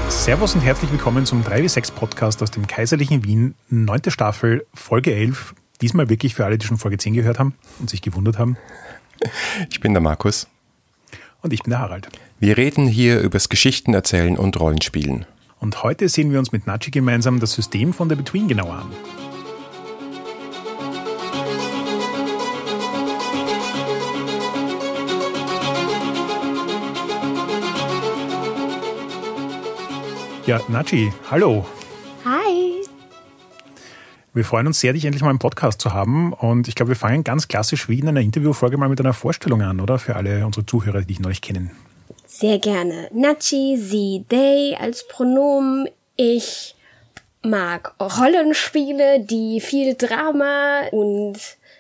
Servus und herzlich willkommen zum 3W6 Podcast aus dem Kaiserlichen Wien, 9. Staffel, Folge 11. Diesmal wirklich für alle, die schon Folge 10 gehört haben und sich gewundert haben. Ich bin der Markus. Und ich bin der Harald. Wir reden hier übers Geschichten erzählen und Rollenspielen. Und heute sehen wir uns mit Nachi gemeinsam das System von The Between genauer an. Ja, Nachi, hallo. Hi. Wir freuen uns sehr, dich endlich mal im Podcast zu haben. Und ich glaube, wir fangen ganz klassisch wie in einer Interviewfolge mal mit einer Vorstellung an, oder? Für alle unsere Zuhörer, die dich noch nicht kennen. Sehr gerne. Nachi, sie, they als Pronomen. Ich mag Rollenspiele, die viel Drama und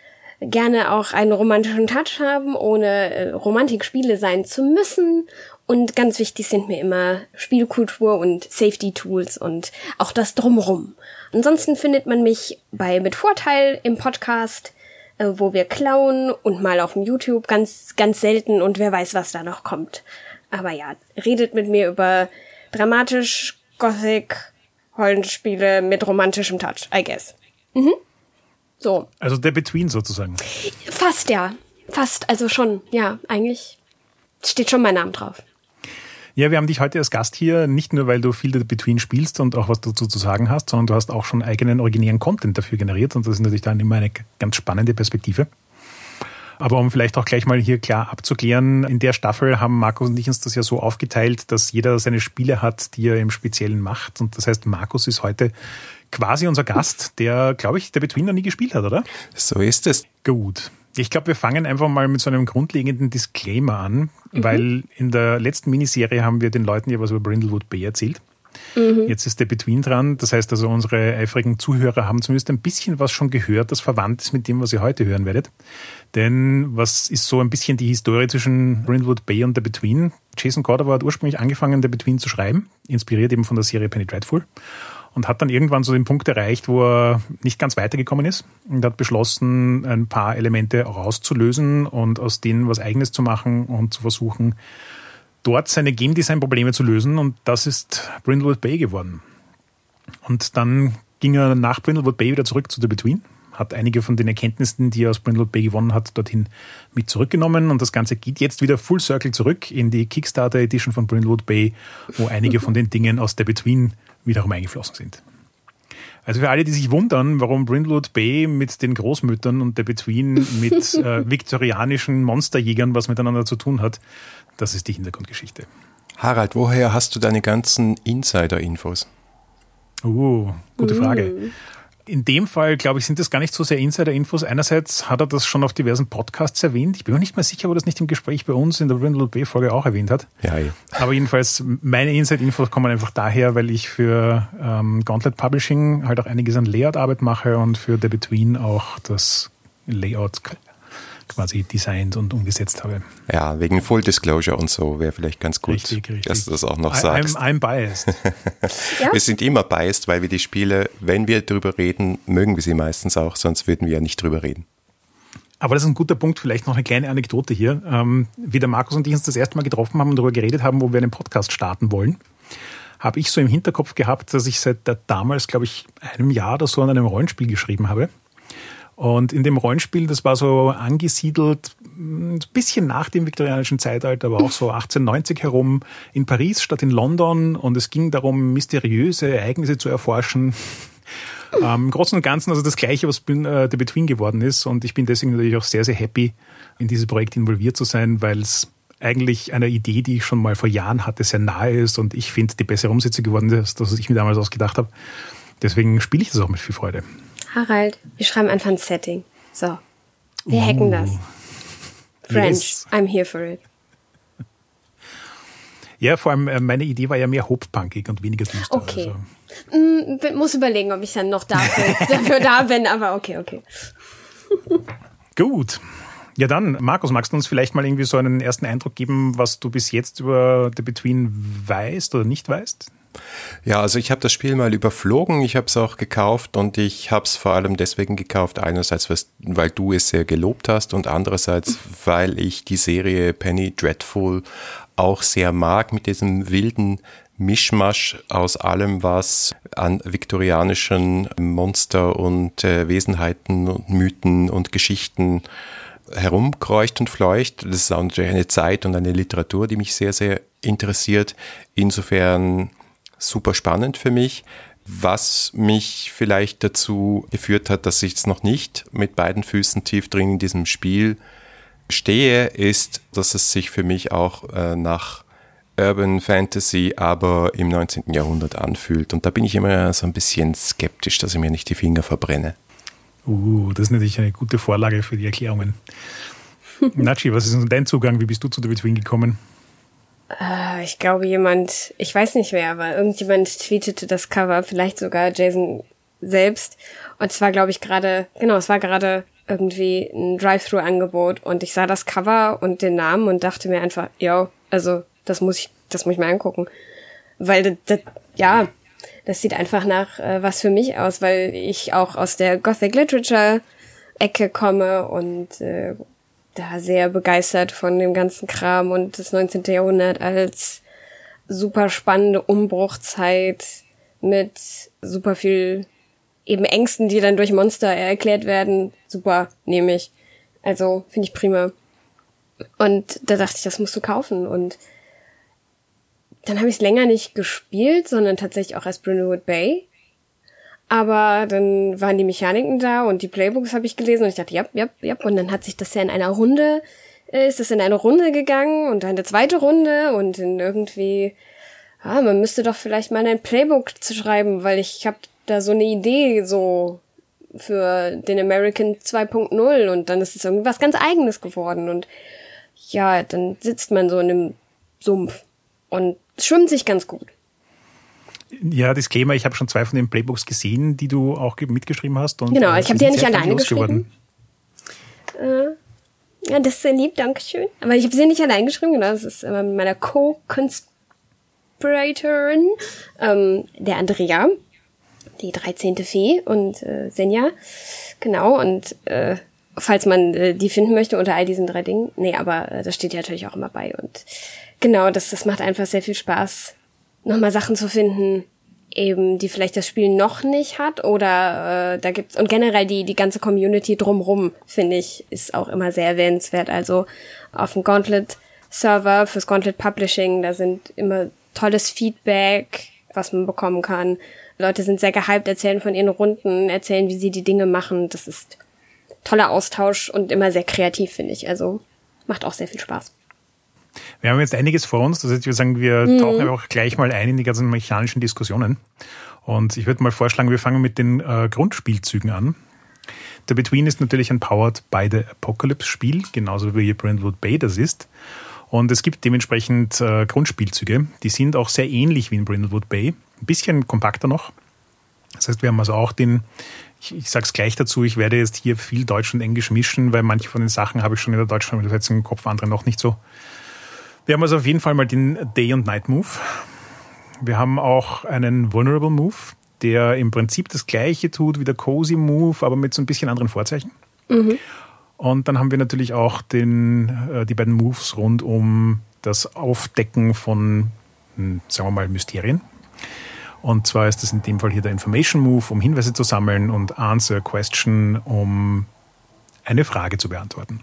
gerne auch einen romantischen Touch haben, ohne Romantikspiele sein zu müssen. Und ganz wichtig sind mir immer Spielkultur und Safety-Tools und auch das Drumherum. Ansonsten findet man mich bei Mit Vorteil im Podcast, wo wir klauen und mal auf dem YouTube, ganz, ganz selten und wer weiß, was da noch kommt. Aber ja, redet mit mir über dramatisch, Gothic, Rollenspiele mit romantischem Touch, I guess. Mhm. So. Also The Between sozusagen. Fast, ja. Fast, also schon, ja, eigentlich steht schon mein Name drauf. Ja, wir haben dich heute als Gast hier, nicht nur, weil du viel The Between spielst und auch was dazu zu sagen hast, sondern du hast auch schon eigenen originären Content dafür generiert und das ist natürlich dann immer eine ganz spannende Perspektive. Aber um vielleicht auch gleich mal hier klar abzuklären, in der Staffel haben Markus und ich uns das ja so aufgeteilt, dass jeder seine Spiele hat, die er im Speziellen macht. Und das heißt, Markus ist heute quasi unser Gast, der, glaube ich, The Between noch nie gespielt hat, oder? So ist es. Gut. Ich glaube, wir fangen einfach mal mit so einem grundlegenden Disclaimer an, weil in der letzten Miniserie haben wir den Leuten ja was über Brindlewood Bay erzählt. Jetzt ist The Between dran. Das heißt also, unsere eifrigen Zuhörer haben zumindest ein bisschen was schon gehört, das verwandt ist mit dem, was ihr heute hören werdet. Denn was ist so ein bisschen die Historie zwischen Brindlewood Bay und The Between? Jason Cordover hat ursprünglich angefangen, The Between zu schreiben, inspiriert eben von der Serie Penny Dreadful. Und hat dann irgendwann so den Punkt erreicht, wo er nicht ganz weitergekommen ist und hat beschlossen, ein paar Elemente rauszulösen und aus denen was Eigenes zu machen und zu versuchen, dort seine Game Design Probleme zu lösen. Und das ist Brindlewood Bay geworden. Und dann ging er nach Brindlewood Bay wieder zurück zu The Between, hat einige von den Erkenntnissen, die er aus Brindlewood Bay gewonnen hat, dorthin mit zurückgenommen. Und das Ganze geht jetzt wieder Full Circle zurück in die Kickstarter Edition von Brindlewood Bay, wo einige von den Dingen aus The Between wiederum eingeflossen sind. Also für alle, die sich wundern, warum Brindlewood Bay mit den Großmüttern und The Between mit viktorianischen Monsterjägern was miteinander zu tun hat, das ist die Hintergrundgeschichte. Harald, woher hast du deine ganzen Insider-Infos? Gute Frage. In dem Fall, glaube ich, sind das gar nicht so sehr Insider-Infos. Einerseits hat er das schon auf diversen Podcasts erwähnt. Ich bin mir nicht mehr sicher, ob er das nicht im Gespräch bei uns in der Brindlewood Bay-Folge auch erwähnt hat. Ja. Aber jedenfalls, meine Inside-Infos kommen einfach daher, weil ich für Gauntlet Publishing halt auch einiges an Layout-Arbeit mache und für The Between auch das Layout quasi designt und umgesetzt habe. Ja, wegen Full Disclosure und so wäre vielleicht ganz gut, richtig. dass du das auch noch sagst. I'm biased. Ja? Wir sind immer biased, weil wir die Spiele, wenn wir drüber reden, mögen wir sie meistens auch, sonst würden wir ja nicht drüber reden. Aber das ist ein guter Punkt, vielleicht noch eine kleine Anekdote hier. Wie der Markus und ich uns das erste Mal getroffen haben und darüber geredet haben, wo wir einen Podcast starten wollen, habe ich so im Hinterkopf gehabt, dass ich seit damals, glaube ich, einem Jahr oder so an einem Rollenspiel geschrieben habe. Und in dem Rollenspiel, das war so angesiedelt, ein bisschen nach dem viktorianischen Zeitalter, aber auch so 1890 herum, in Paris statt in London. Und es ging darum, mysteriöse Ereignisse zu erforschen. Im Großen und Ganzen also das Gleiche, was The Between geworden ist. Und ich bin deswegen natürlich auch sehr, sehr happy, in dieses Projekt involviert zu sein, weil es eigentlich einer Idee, die ich schon mal vor Jahren hatte, sehr nahe ist. Und ich finde, die bessere Umsetzung geworden ist, das, was ich mir damals ausgedacht habe. Deswegen spiele ich das auch mit viel Freude. Harald, wir schreiben einfach ein Setting. So, wir hacken das. French, yes. I'm here for it. Ja, vor allem meine Idee war ja mehr hoppunkig und weniger düster. Okay. Also. Muss überlegen, ob ich dann noch dafür da bin, aber okay. Gut. Ja dann, Markus, magst du uns vielleicht mal irgendwie so einen ersten Eindruck geben, was du bis jetzt über The Between weißt oder nicht weißt? Ja, also ich habe das Spiel mal überflogen, ich habe es auch gekauft und ich habe es vor allem deswegen gekauft, einerseits, weil du es sehr gelobt hast und andererseits, weil ich die Serie Penny Dreadful auch sehr mag mit diesem wilden Mischmasch aus allem, was an viktorianischen Monster und Wesenheiten und Mythen und Geschichten herumkreucht und fleucht. Das ist auch natürlich eine Zeit und eine Literatur, die mich sehr, sehr interessiert. Insofern super spannend für mich. Was mich vielleicht dazu geführt hat, dass ich jetzt noch nicht mit beiden Füßen tief drin in diesem Spiel stehe, ist, dass es sich für mich auch nach Urban Fantasy, aber im 19. Jahrhundert anfühlt. Und da bin ich immer so ein bisschen skeptisch, dass ich mir nicht die Finger verbrenne. Das ist natürlich eine gute Vorlage für die Erklärungen. Nachi, was ist denn dein Zugang? Wie bist du zu The Between gekommen? Ich glaube ich weiß nicht wer, aber irgendjemand tweetete das Cover, vielleicht sogar Jason selbst. Und es war, glaube ich, es war gerade irgendwie ein Drive-Thru-Angebot und ich sah das Cover und den Namen und dachte mir einfach, das muss ich mir angucken. Weil das sieht einfach nach was für mich aus, weil ich auch aus der Gothic Literature Ecke komme und da sehr begeistert von dem ganzen Kram und das 19. Jahrhundert als super spannende Umbruchzeit mit super viel eben Ängsten, die dann durch Monster erklärt werden. Super, nehme ich. Also, finde ich prima. Und da dachte ich, das musst du kaufen. Und dann habe ich es länger nicht gespielt, sondern tatsächlich auch erst Brindlewood Bay. Aber dann waren die Mechaniken da und die Playbooks habe ich gelesen und ich dachte, ja. Und dann hat sich das ja in eine Runde gegangen und dann eine zweite Runde und dann irgendwie, man müsste doch vielleicht mal ein Playbook zu schreiben, weil ich habe da so eine Idee so für den American 2.0 und dann ist es irgendwas ganz Eigenes geworden und ja, dann sitzt man so in einem Sumpf und es schwimmt sich ganz gut. Ja, Disclaimer, ich habe schon 2 von den Playbooks gesehen, die du auch mitgeschrieben hast. Und genau, ich habe die ja nicht alleine geschrieben. Ja, das ist sehr lieb, dankeschön. Aber ich habe sie nicht allein geschrieben, genau, das ist mit meiner Co-Conspiratorin, der Andrea, die 13. Fee und Senja. Genau, und falls man die finden möchte unter all diesen 3 Dingen. Nee, aber das steht ja natürlich auch immer bei. Und genau, das macht einfach sehr viel Spaß, nochmal Sachen zu finden, eben, die vielleicht das Spiel noch nicht hat oder da gibt's, und generell die ganze Community drumrum, finde ich, ist auch immer sehr erwähnenswert. Also auf dem Gauntlet-Server fürs Gauntlet Publishing, da sind immer tolles Feedback, was man bekommen kann. Leute sind sehr gehypt, erzählen von ihren Runden, erzählen, wie sie die Dinge machen. Das ist toller Austausch und immer sehr kreativ, finde ich. Also macht auch sehr viel Spaß. Wir haben jetzt einiges vor uns, das heißt, ich würde sagen, wir tauchen einfach gleich mal ein in die ganzen mechanischen Diskussionen. Und ich würde mal vorschlagen, wir fangen mit den Grundspielzügen an. The Between ist natürlich ein Powered by the Apocalypse-Spiel, genauso wie Brindlewood Bay das ist. Und es gibt dementsprechend Grundspielzüge, die sind auch sehr ähnlich wie in Brindlewood Bay, ein bisschen kompakter noch. Das heißt, wir haben also auch ich sage es gleich dazu, ich werde jetzt hier viel Deutsch und Englisch mischen, weil manche von den Sachen habe ich schon in der deutschen Übersetzung im Kopf, andere noch nicht so. Wir haben also auf jeden Fall mal den Day- und Night-Move. Wir haben auch einen Vulnerable Move, der im Prinzip das Gleiche tut wie der Cozy Move, aber mit so ein bisschen anderen Vorzeichen. Mhm. Und dann haben wir natürlich auch die beiden Moves rund um das Aufdecken von, sagen wir mal, Mysterien. Und zwar ist das in dem Fall hier der Information Move, um Hinweise zu sammeln, und Answer Question, um eine Frage zu beantworten.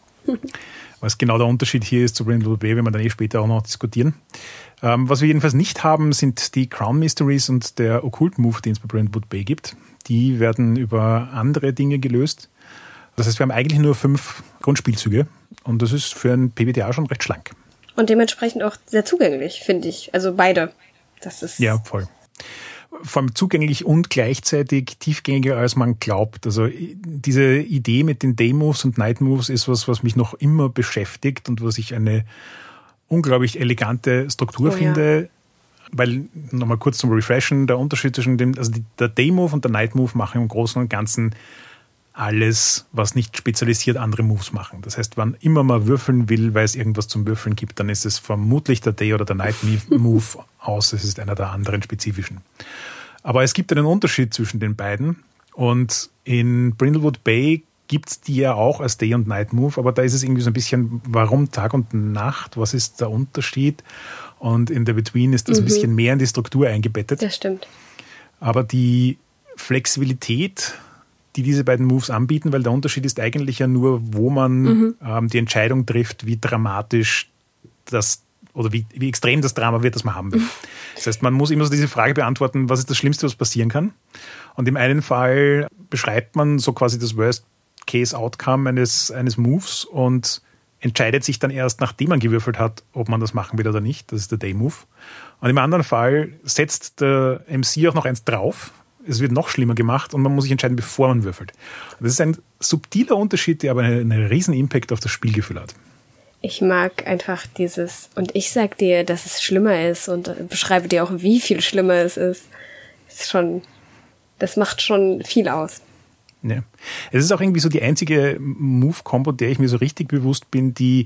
Was genau der Unterschied hier ist zu Brindlewood Bay, werden wir dann später auch noch diskutieren. Was wir jedenfalls nicht haben, sind die Crown Mysteries und der Occult Move, den es bei Brindlewood Bay gibt. Die werden über andere Dinge gelöst. Das heißt, wir haben eigentlich nur 5 Grundspielzüge und das ist für ein PBTA schon recht schlank. Und dementsprechend auch sehr zugänglich, finde ich. Also beide. Das ist ja, voll. Vor allem zugänglich und gleichzeitig tiefgängiger, als man glaubt. Also diese Idee mit den Day-Moves und Night-Moves ist was mich noch immer beschäftigt und was ich eine unglaublich elegante Struktur finde. Ja. Weil, nochmal kurz zum Refreshen, der Unterschied zwischen der Day-Move und der Night-Move machen im Großen und Ganzen alles, was nicht spezialisiert andere Moves machen. Das heißt, wann immer man würfeln will, weil es irgendwas zum Würfeln gibt, dann ist es vermutlich der Day- oder der Night-Move aus. Es ist einer der anderen spezifischen. Aber es gibt einen Unterschied zwischen den beiden. Und in Brindlewood Bay gibt es die ja auch als Day- und Night-Move, aber da ist es irgendwie so ein bisschen, warum Tag und Nacht? Was ist der Unterschied? Und in The Between ist das ein bisschen mehr in die Struktur eingebettet. Das stimmt. Aber die Flexibilität, die diese beiden Moves anbieten, weil der Unterschied ist eigentlich ja nur, wo man die Entscheidung trifft, wie dramatisch das oder wie extrem das Drama wird, das man haben will. Das heißt, man muss immer so diese Frage beantworten, was ist das Schlimmste, was passieren kann? Und im einen Fall beschreibt man so quasi das Worst-Case-Outcome eines Moves und entscheidet sich dann erst, nachdem man gewürfelt hat, ob man das machen will oder nicht. Das ist der Day-Move. Und im anderen Fall setzt der MC auch noch eins drauf. Es wird noch schlimmer gemacht und man muss sich entscheiden, bevor man würfelt. Und das ist ein subtiler Unterschied, der aber einen riesen Impact auf das Spielgefühl hat. Ich mag einfach dieses, und ich sag dir, dass es schlimmer ist und beschreibe dir auch, wie viel schlimmer es ist. Das macht schon viel aus. Ja. Es ist auch irgendwie so die einzige Move-Combo, der ich mir so richtig bewusst bin, die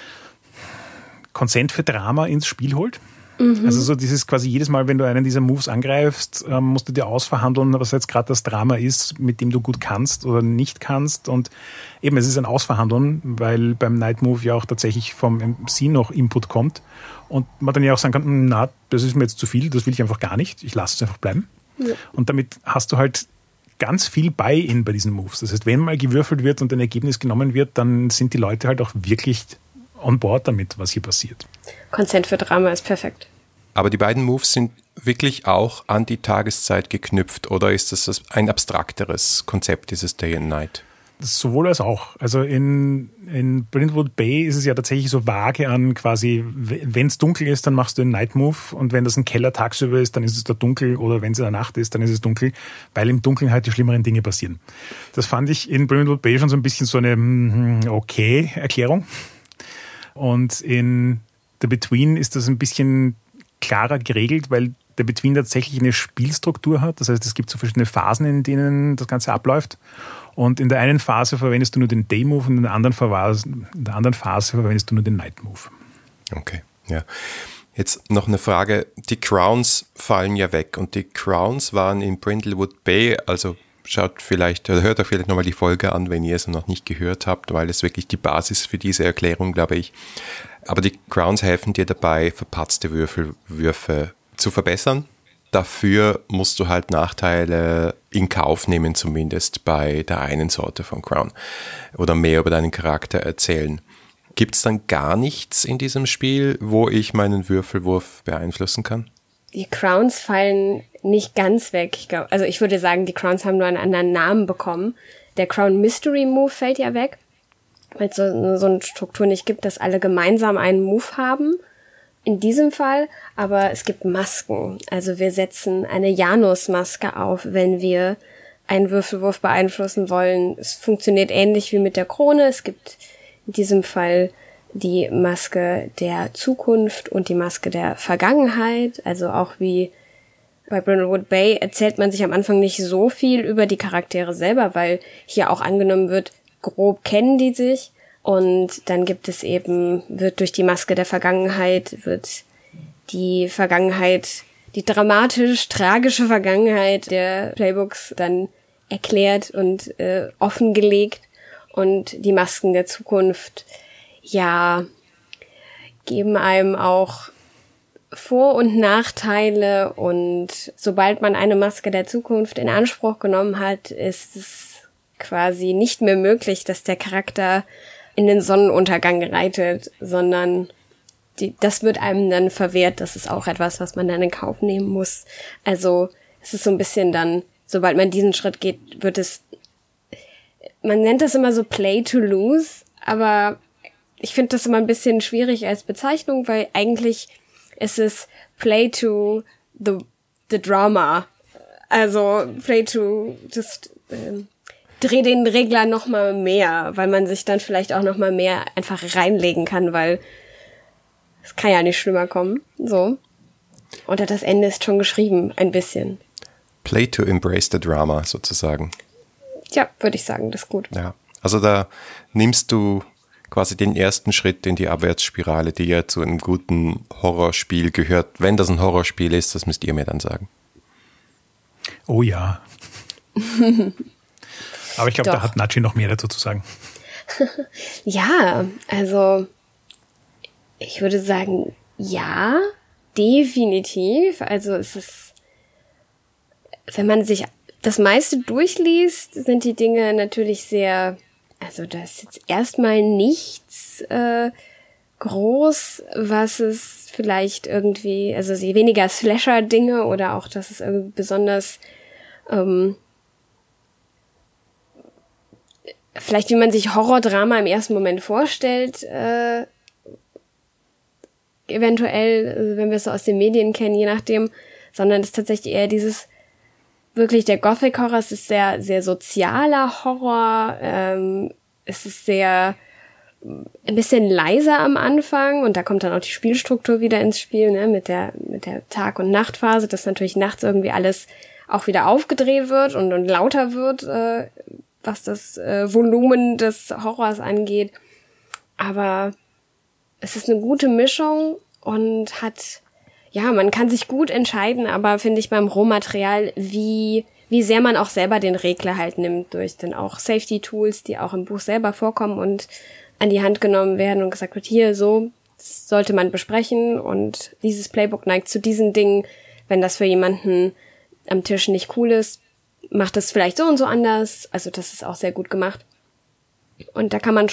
Consent für Drama ins Spiel holt. Also so dieses quasi jedes Mal, wenn du einen dieser Moves angreifst, musst du dir ausverhandeln, was jetzt gerade das Drama ist, mit dem du gut kannst oder nicht kannst. Und eben, es ist ein Ausverhandeln, weil beim Night Move ja auch tatsächlich vom MC noch Input kommt. Und man dann ja auch sagen kann, na, das ist mir jetzt zu viel, das will ich einfach gar nicht, ich lasse es einfach bleiben. Ja. Und damit hast du halt ganz viel Buy-in bei diesen Moves. Das heißt, wenn mal gewürfelt wird und ein Ergebnis genommen wird, dann sind die Leute halt auch wirklich on board damit, was hier passiert. Consent für Drama ist perfekt. Aber die beiden Moves sind wirklich auch an die Tageszeit geknüpft oder ist das ein abstrakteres Konzept, dieses Day and Night? Sowohl als auch. Also in Brindlewood Bay ist es ja tatsächlich so vage an quasi, wenn es dunkel ist, dann machst du einen Night Move und wenn das ein Keller tagsüber ist, dann ist es da dunkel oder wenn es in der Nacht ist, dann ist es dunkel, weil im Dunkeln halt die schlimmeren Dinge passieren. Das fand ich in Brindlewood Bay schon so ein bisschen so eine Okay-Erklärung. Und in The Between ist das ein bisschen klarer geregelt, weil The Between tatsächlich eine Spielstruktur hat. Das heißt, es gibt so verschiedene Phasen, in denen das Ganze abläuft. Und in der einen Phase verwendest du nur den Day-Move und in der anderen Phase verwendest du nur den Night-Move. Okay, ja. Jetzt noch eine Frage. Die Crowns fallen ja weg und die Crowns waren in Brindlewood Bay, also hört euch vielleicht nochmal die Folge an, wenn ihr es noch nicht gehört habt, weil es wirklich die Basis für diese Erklärung, glaube ich. Aber die Crowns helfen dir dabei, verpatzte Würfe zu verbessern. Dafür musst du halt Nachteile in Kauf nehmen, zumindest bei der einen Sorte von Crown. Oder mehr über deinen Charakter erzählen. Gibt es dann gar nichts in diesem Spiel, wo ich meinen Würfelwurf beeinflussen kann? Die Crowns fallen nicht ganz weg. Ich würde sagen, die Crowns haben nur einen anderen Namen bekommen. Der Crown Mystery Move fällt ja weg, weil es so eine Struktur nicht gibt, dass alle gemeinsam einen Move haben. In diesem Fall, aber es gibt Masken. Also wir setzen eine Janus-Maske auf, wenn wir einen Würfelwurf beeinflussen wollen. Es funktioniert ähnlich wie mit der Krone. Es gibt in diesem Fall die Maske der Zukunft und die Maske der Vergangenheit. Also auch wie bei Brindlewood Bay erzählt man sich am Anfang nicht so viel über die Charaktere selber, weil hier auch angenommen wird, grob kennen die sich. Und dann wird durch die Maske der Vergangenheit, wird die Vergangenheit, die dramatisch tragische Vergangenheit der Playbooks dann erklärt und offengelegt. Und die Masken der Zukunft, ja, geben einem auch Vor- und Nachteile. Und sobald man eine Maske der Zukunft in Anspruch genommen hat, ist es quasi nicht mehr möglich, dass der Charakter in den Sonnenuntergang reitet, sondern das wird einem dann verwehrt. Das ist auch etwas, was man dann in Kauf nehmen muss. Also es ist so ein bisschen dann, sobald man diesen Schritt geht, man nennt das immer so Play to Lose, aber ich finde das immer ein bisschen schwierig als Bezeichnung, weil eigentlich ist es Play to the Drama. Also Play to just dreh den Regler noch mal mehr, weil man sich dann vielleicht auch noch mal mehr einfach reinlegen kann, weil es kann ja nicht schlimmer kommen. So. Und das Ende ist schon geschrieben, ein bisschen. Play to embrace the drama, sozusagen. Ja, würde ich sagen, das ist gut. Ja, also da nimmst du quasi den ersten Schritt in die Abwärtsspirale, die ja zu einem guten Horrorspiel gehört. Wenn das ein Horrorspiel ist, das müsst ihr mir dann sagen. Oh ja. Aber ich glaube, da hat Nachi noch mehr dazu zu sagen. Ja, also ich würde sagen, ja, Definitiv. Also es ist, wenn man sich das meiste durchliest, sind die Dinge natürlich sehr, also da ist jetzt erstmal nichts groß, was es vielleicht irgendwie, also weniger Slasher-Dinge oder auch, dass es irgendwie besonders vielleicht, wie man sich Horrordrama im ersten Moment vorstellt, eventuell, wenn wir es so aus den Medien kennen, je nachdem, sondern es ist tatsächlich eher dieses, wirklich der Gothic-Horror, es ist sehr, sehr sozialer Horror, es ist sehr, ein bisschen leiser am Anfang und da kommt dann auch die Spielstruktur wieder ins Spiel, ne, mit der Tag- und Nachtphase, dass natürlich nachts irgendwie alles auch wieder aufgedreht wird und lauter wird, was das Volumen des Horrors angeht. Aber es ist eine gute Mischung und hat, ja, man kann sich gut entscheiden, aber finde ich beim Rohmaterial, wie sehr man auch selber den Regler halt nimmt durch dann auch Safety-Tools, die auch im Buch selber vorkommen und an die Hand genommen werden und gesagt wird, hier, so, das sollte man besprechen und dieses Playbook neigt zu diesen Dingen. Wenn das für jemanden am Tisch nicht cool ist, macht es vielleicht so und so anders. Also das ist auch sehr gut gemacht. Und da kann man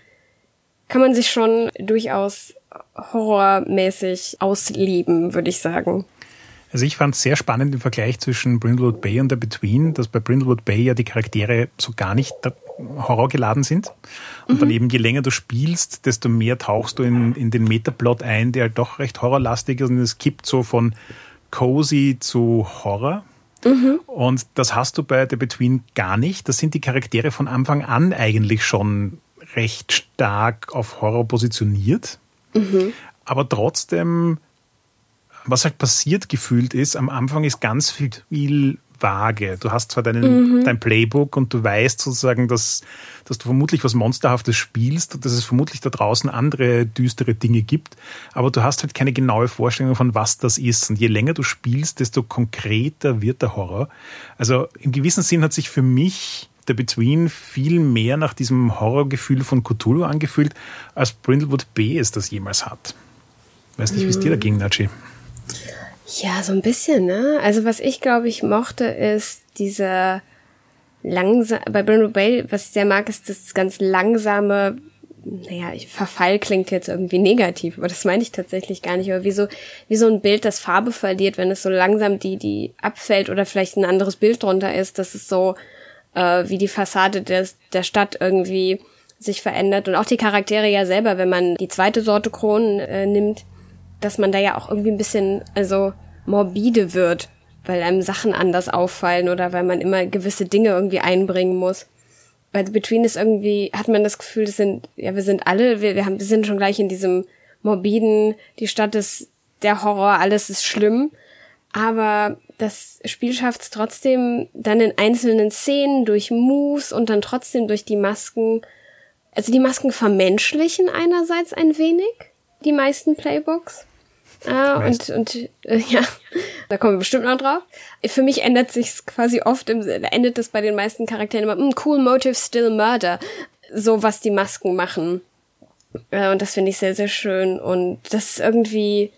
sich schon durchaus horrormäßig ausleben, würde ich sagen. Also ich fand es sehr spannend im Vergleich zwischen Brindlewood Bay und The Between, dass bei Brindlewood Bay ja die Charaktere so gar nicht horrorgeladen sind. Und dann eben, je länger du spielst, desto mehr tauchst du in den Metaplot ein, der halt doch recht horrorlastig ist. Und es kippt so von cozy zu Horror. Und das hast du bei The Between gar nicht. Das sind die Charaktere von Anfang an eigentlich schon recht stark auf Horror positioniert. Aber trotzdem, was halt passiert gefühlt ist, am Anfang ist ganz viel vage. Du hast zwar dein Playbook und du weißt sozusagen, dass du vermutlich was Monsterhaftes spielst und dass es vermutlich da draußen andere düstere Dinge gibt, aber du hast halt keine genaue Vorstellung von, was das ist. Und je länger du spielst, desto konkreter wird der Horror. Also im gewissen Sinn hat sich für mich The Between viel mehr nach diesem Horrorgefühl von Cthulhu angefühlt, als Brindlewood Bay es das jemals hat. Weiß nicht, wie es dir dagegen, Nachi? Ja, so ein bisschen, ne? Also was ich, glaube ich, mochte, ist diese bei Brindlewood Bay, was ich sehr mag, ist das ganz langsame, Verfall klingt jetzt irgendwie negativ, aber das meine ich tatsächlich gar nicht, aber wie so ein Bild, das Farbe verliert, wenn es so langsam die abfällt oder vielleicht ein anderes Bild drunter ist, dass es so wie die Fassade der Stadt irgendwie sich verändert und auch die Charaktere ja selber, wenn man die zweite Sorte Kronen nimmt, dass man da ja auch irgendwie ein bisschen, also morbide wird, weil einem Sachen anders auffallen oder weil man immer gewisse Dinge irgendwie einbringen muss. Bei The Between ist irgendwie, hat man das Gefühl, wir sind schon gleich in diesem morbiden, die Stadt ist der Horror, alles ist schlimm, aber das Spiel schafft es trotzdem dann in einzelnen Szenen durch Moves und dann trotzdem durch die Masken, also die Masken vermenschlichen einerseits ein wenig, die meisten Playbooks. Da kommen wir bestimmt noch drauf. Für mich ändert sich's quasi oft, endet es bei den meisten Charakteren immer, cool motive, still murder. So, was die Masken machen. Und das finde ich sehr, sehr schön. Und das ist irgendwie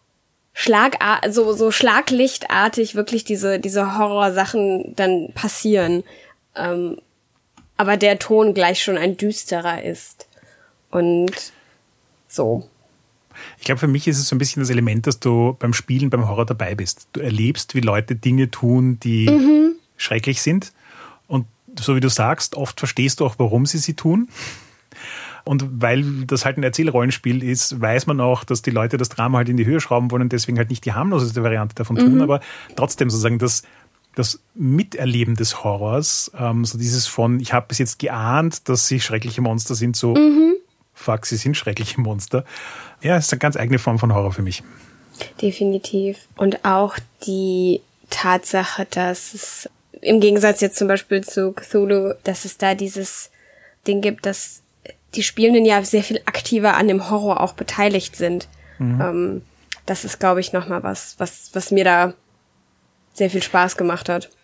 so schlaglichtartig wirklich diese Horrorsachen dann passieren. Aber der Ton gleich schon ein düsterer ist. Und so. Ich glaube, für mich ist es so ein bisschen das Element, dass du beim Spielen, beim Horror dabei bist. Du erlebst, wie Leute Dinge tun, die schrecklich sind. Und so wie du sagst, oft verstehst du auch, warum sie tun. Und weil das halt ein Erzählrollenspiel ist, weiß man auch, dass die Leute das Drama halt in die Höhe schrauben wollen und deswegen halt nicht die harmloseste Variante davon tun. Aber trotzdem sozusagen das Miterleben des Horrors, so dieses von, ich habe bis jetzt geahnt, dass sie schreckliche Monster sind, so fuck, sie sind schreckliche Monster. Ja, es ist eine ganz eigene Form von Horror für mich. Definitiv. Und auch die Tatsache, dass es im Gegensatz jetzt zum Beispiel zu Cthulhu, dass es da dieses Ding gibt, dass die Spielenden ja sehr viel aktiver an dem Horror auch beteiligt sind. Das ist, glaube ich, nochmal was mir da sehr viel Spaß gemacht hat.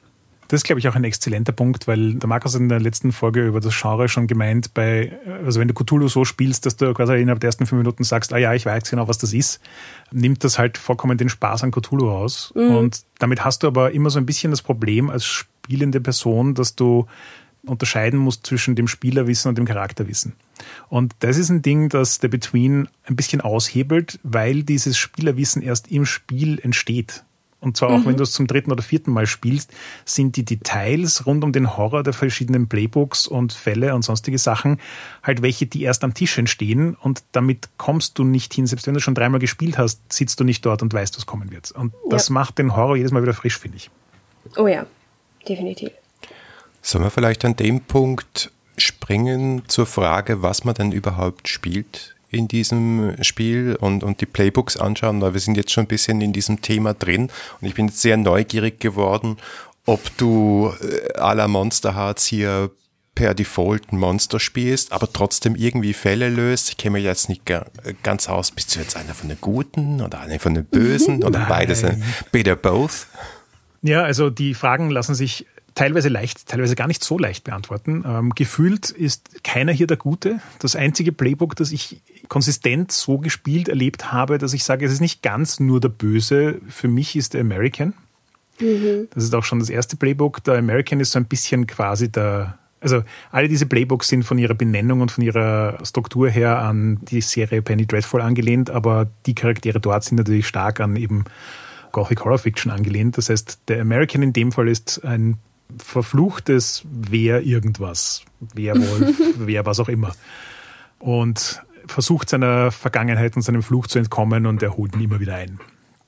Das ist, glaube ich, auch ein exzellenter Punkt, weil der Markus hat in der letzten Folge über das Genre schon gemeint, also wenn du Cthulhu so spielst, dass du quasi innerhalb der ersten 5 Minuten sagst, ja, ich weiß genau, was das ist, nimmt das halt vollkommen den Spaß an Cthulhu raus. Und damit hast du aber immer so ein bisschen das Problem als spielende Person, dass du unterscheiden musst zwischen dem Spielerwissen und dem Charakterwissen. Und das ist ein Ding, das der Between ein bisschen aushebelt, weil dieses Spielerwissen erst im Spiel entsteht. Und zwar auch, wenn du es zum 3. oder 4. Mal spielst, sind die Details rund um den Horror der verschiedenen Playbooks und Fälle und sonstige Sachen halt welche, die erst am Tisch entstehen, und damit kommst du nicht hin. Selbst wenn du schon 3-mal gespielt hast, sitzt du nicht dort und weißt, was kommen wird. Und das macht den Horror jedes Mal wieder frisch, finde ich. Oh ja, definitiv. Sollen wir vielleicht an dem Punkt springen zur Frage, was man denn überhaupt spielt in diesem Spiel und die Playbooks anschauen, weil wir sind jetzt schon ein bisschen in diesem Thema drin und ich bin jetzt sehr neugierig geworden, ob du à la Monster Hearts hier per Default ein Monster spielst, aber trotzdem irgendwie Fälle löst. Ich kenne mich jetzt nicht ganz aus. Bist du jetzt einer von den Guten oder einer von den Bösen oder beides? Better both? Ja, also die Fragen lassen sich teilweise leicht, teilweise gar nicht so leicht beantworten. Gefühlt ist keiner hier der Gute. Das einzige Playbook, das ich konsistent so gespielt erlebt habe, dass ich sage, es ist nicht ganz nur der Böse, für mich ist der American. Das ist auch schon das erste Playbook. Der American ist so ein bisschen quasi also alle diese Playbooks sind von ihrer Benennung und von ihrer Struktur her an die Serie Penny Dreadful angelehnt, aber die Charaktere dort sind natürlich stark an eben Gothic Horror Fiction angelehnt. Das heißt, der American in dem Fall ist ein verfluchtes Wer irgendwas, Werwolf, wer was auch immer. Und versucht seiner Vergangenheit und seinem Fluch zu entkommen und er holt ihn immer wieder ein.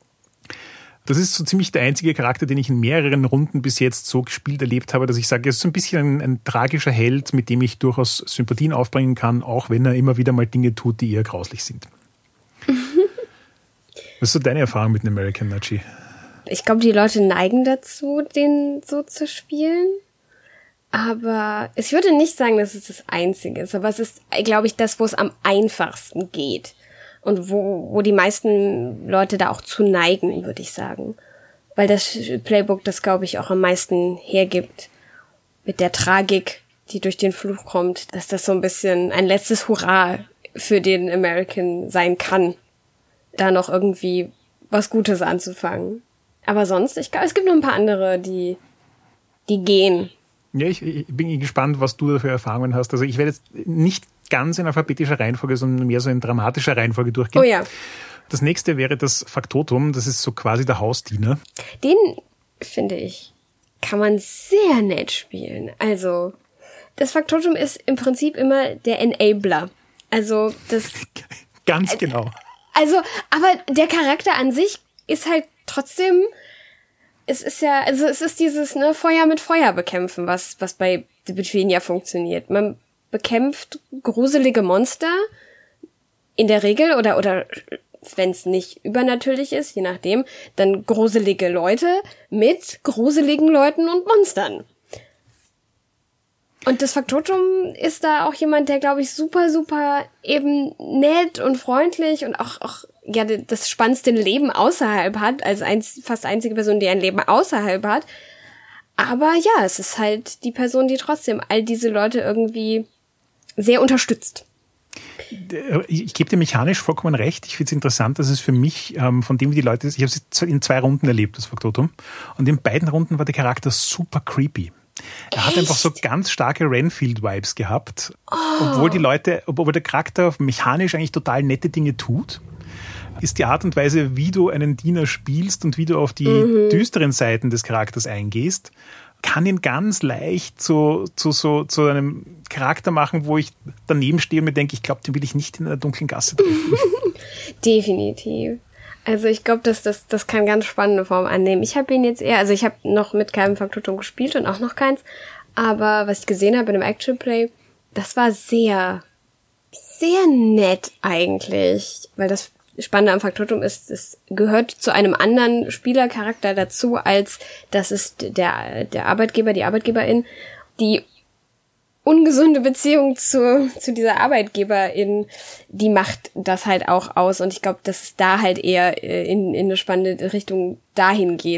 Das ist so ziemlich der einzige Charakter, den ich in mehreren Runden bis jetzt so gespielt erlebt habe, dass ich sage, er ist so ein bisschen ein tragischer Held, mit dem ich durchaus Sympathien aufbringen kann, auch wenn er immer wieder mal Dinge tut, die eher grauslich sind. Was ist so deine Erfahrung mit dem American, Nachi? Ich glaube, die Leute neigen dazu, den so zu spielen. Aber ich würde nicht sagen, dass es das Einzige ist. Aber es ist, glaube ich, das, wo es am einfachsten geht. Und wo die meisten Leute da auch zu neigen, würde ich sagen. Weil das Playbook das, glaube ich, auch am meisten hergibt. Mit der Tragik, die durch den Fluch kommt. Dass das so ein bisschen ein letztes Hurra für den American sein kann. Da noch irgendwie was Gutes anzufangen. Aber sonst, ich glaube, es gibt noch ein paar andere, die gehen. Ja, ich bin gespannt, was du da für Erfahrungen hast. Also ich werde jetzt nicht ganz in alphabetischer Reihenfolge, sondern mehr so in dramatischer Reihenfolge durchgehen. Oh ja. Das nächste wäre das Faktotum. Das ist so quasi der Hausdiener. Den, finde ich, kann man sehr nett spielen. Also, das Faktotum ist im Prinzip immer der Enabler. Also, das... Ganz genau. Also, aber der Charakter an sich ist halt trotzdem, es ist dieses Feuer mit Feuer bekämpfen, was bei The Between ja funktioniert. Man bekämpft gruselige Monster in der Regel oder wenn es nicht übernatürlich ist, je nachdem, dann gruselige Leute mit gruseligen Leuten und Monstern. Und das Faktotum ist da auch jemand, der, glaube ich, super, super eben nett und freundlich und auch ja das spannendste Leben außerhalb hat, als fast einzige Person, die ein Leben außerhalb hat. Aber ja, es ist halt die Person, die trotzdem all diese Leute irgendwie sehr unterstützt. Ich gebe dir mechanisch vollkommen recht. Ich finde es interessant, dass es für mich, von dem wie die Leute, ich habe es in 2 Runden erlebt, das Faktotum. Und in beiden Runden war der Charakter super creepy. Er hat einfach so ganz starke Renfield-Vibes gehabt, obwohl der Charakter mechanisch eigentlich total nette Dinge tut. Ist die Art und Weise, wie du einen Diener spielst und wie du auf die düsteren Seiten des Charakters eingehst, kann ihn ganz leicht zu einem Charakter machen, wo ich daneben stehe und mir denke, ich glaube, den will ich nicht in einer dunklen Gasse treffen. Definitiv. Also ich glaube, das kann ganz spannende Form annehmen. Ich habe ihn jetzt ich habe noch mit keinem Faktotum gespielt und auch noch keins, aber was ich gesehen habe in dem Actual Play, das war sehr, sehr nett eigentlich, weil das Spannende am Faktotum ist, es gehört zu einem anderen Spielercharakter dazu, als das ist der Arbeitgeber, die Arbeitgeberin, die ungesunde Beziehung zu dieser Arbeitgeberin, die macht das halt auch aus. Und ich glaube, dass es da halt eher in eine spannende Richtung dahin geht.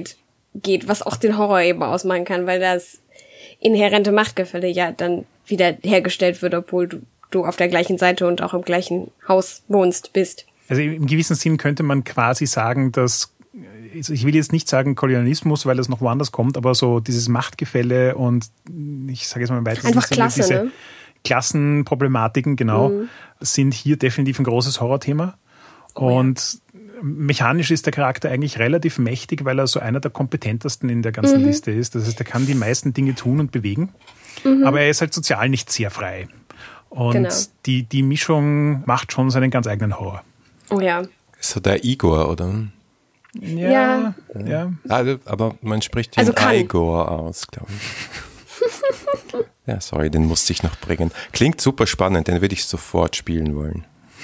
geht, was auch den Horror eben ausmachen kann, weil das inhärente Machtgefälle ja dann wieder hergestellt wird, obwohl du auf der gleichen Seite und auch im gleichen Haus bist. Also im gewissen Sinn könnte man quasi sagen, dass, ich will jetzt nicht sagen Kolonialismus, weil das noch woanders kommt, aber so dieses Machtgefälle und ich sage jetzt mal im weitesten Sinne Klasse, diese ne? Klassenproblematiken, genau, sind hier definitiv ein großes Horrorthema. Und mechanisch ist der Charakter eigentlich relativ mächtig, weil er so einer der kompetentesten in der ganzen Liste ist. Das heißt, er kann die meisten Dinge tun und bewegen, aber er ist halt sozial nicht sehr frei. Und die Mischung macht schon seinen ganz eigenen Horror. Oh ja. Ist so der Igor, oder? Ja. Also, aber man spricht den Igor aus, glaube ich. Ja, sorry, den musste ich noch bringen. Klingt super spannend, den würde ich sofort spielen wollen.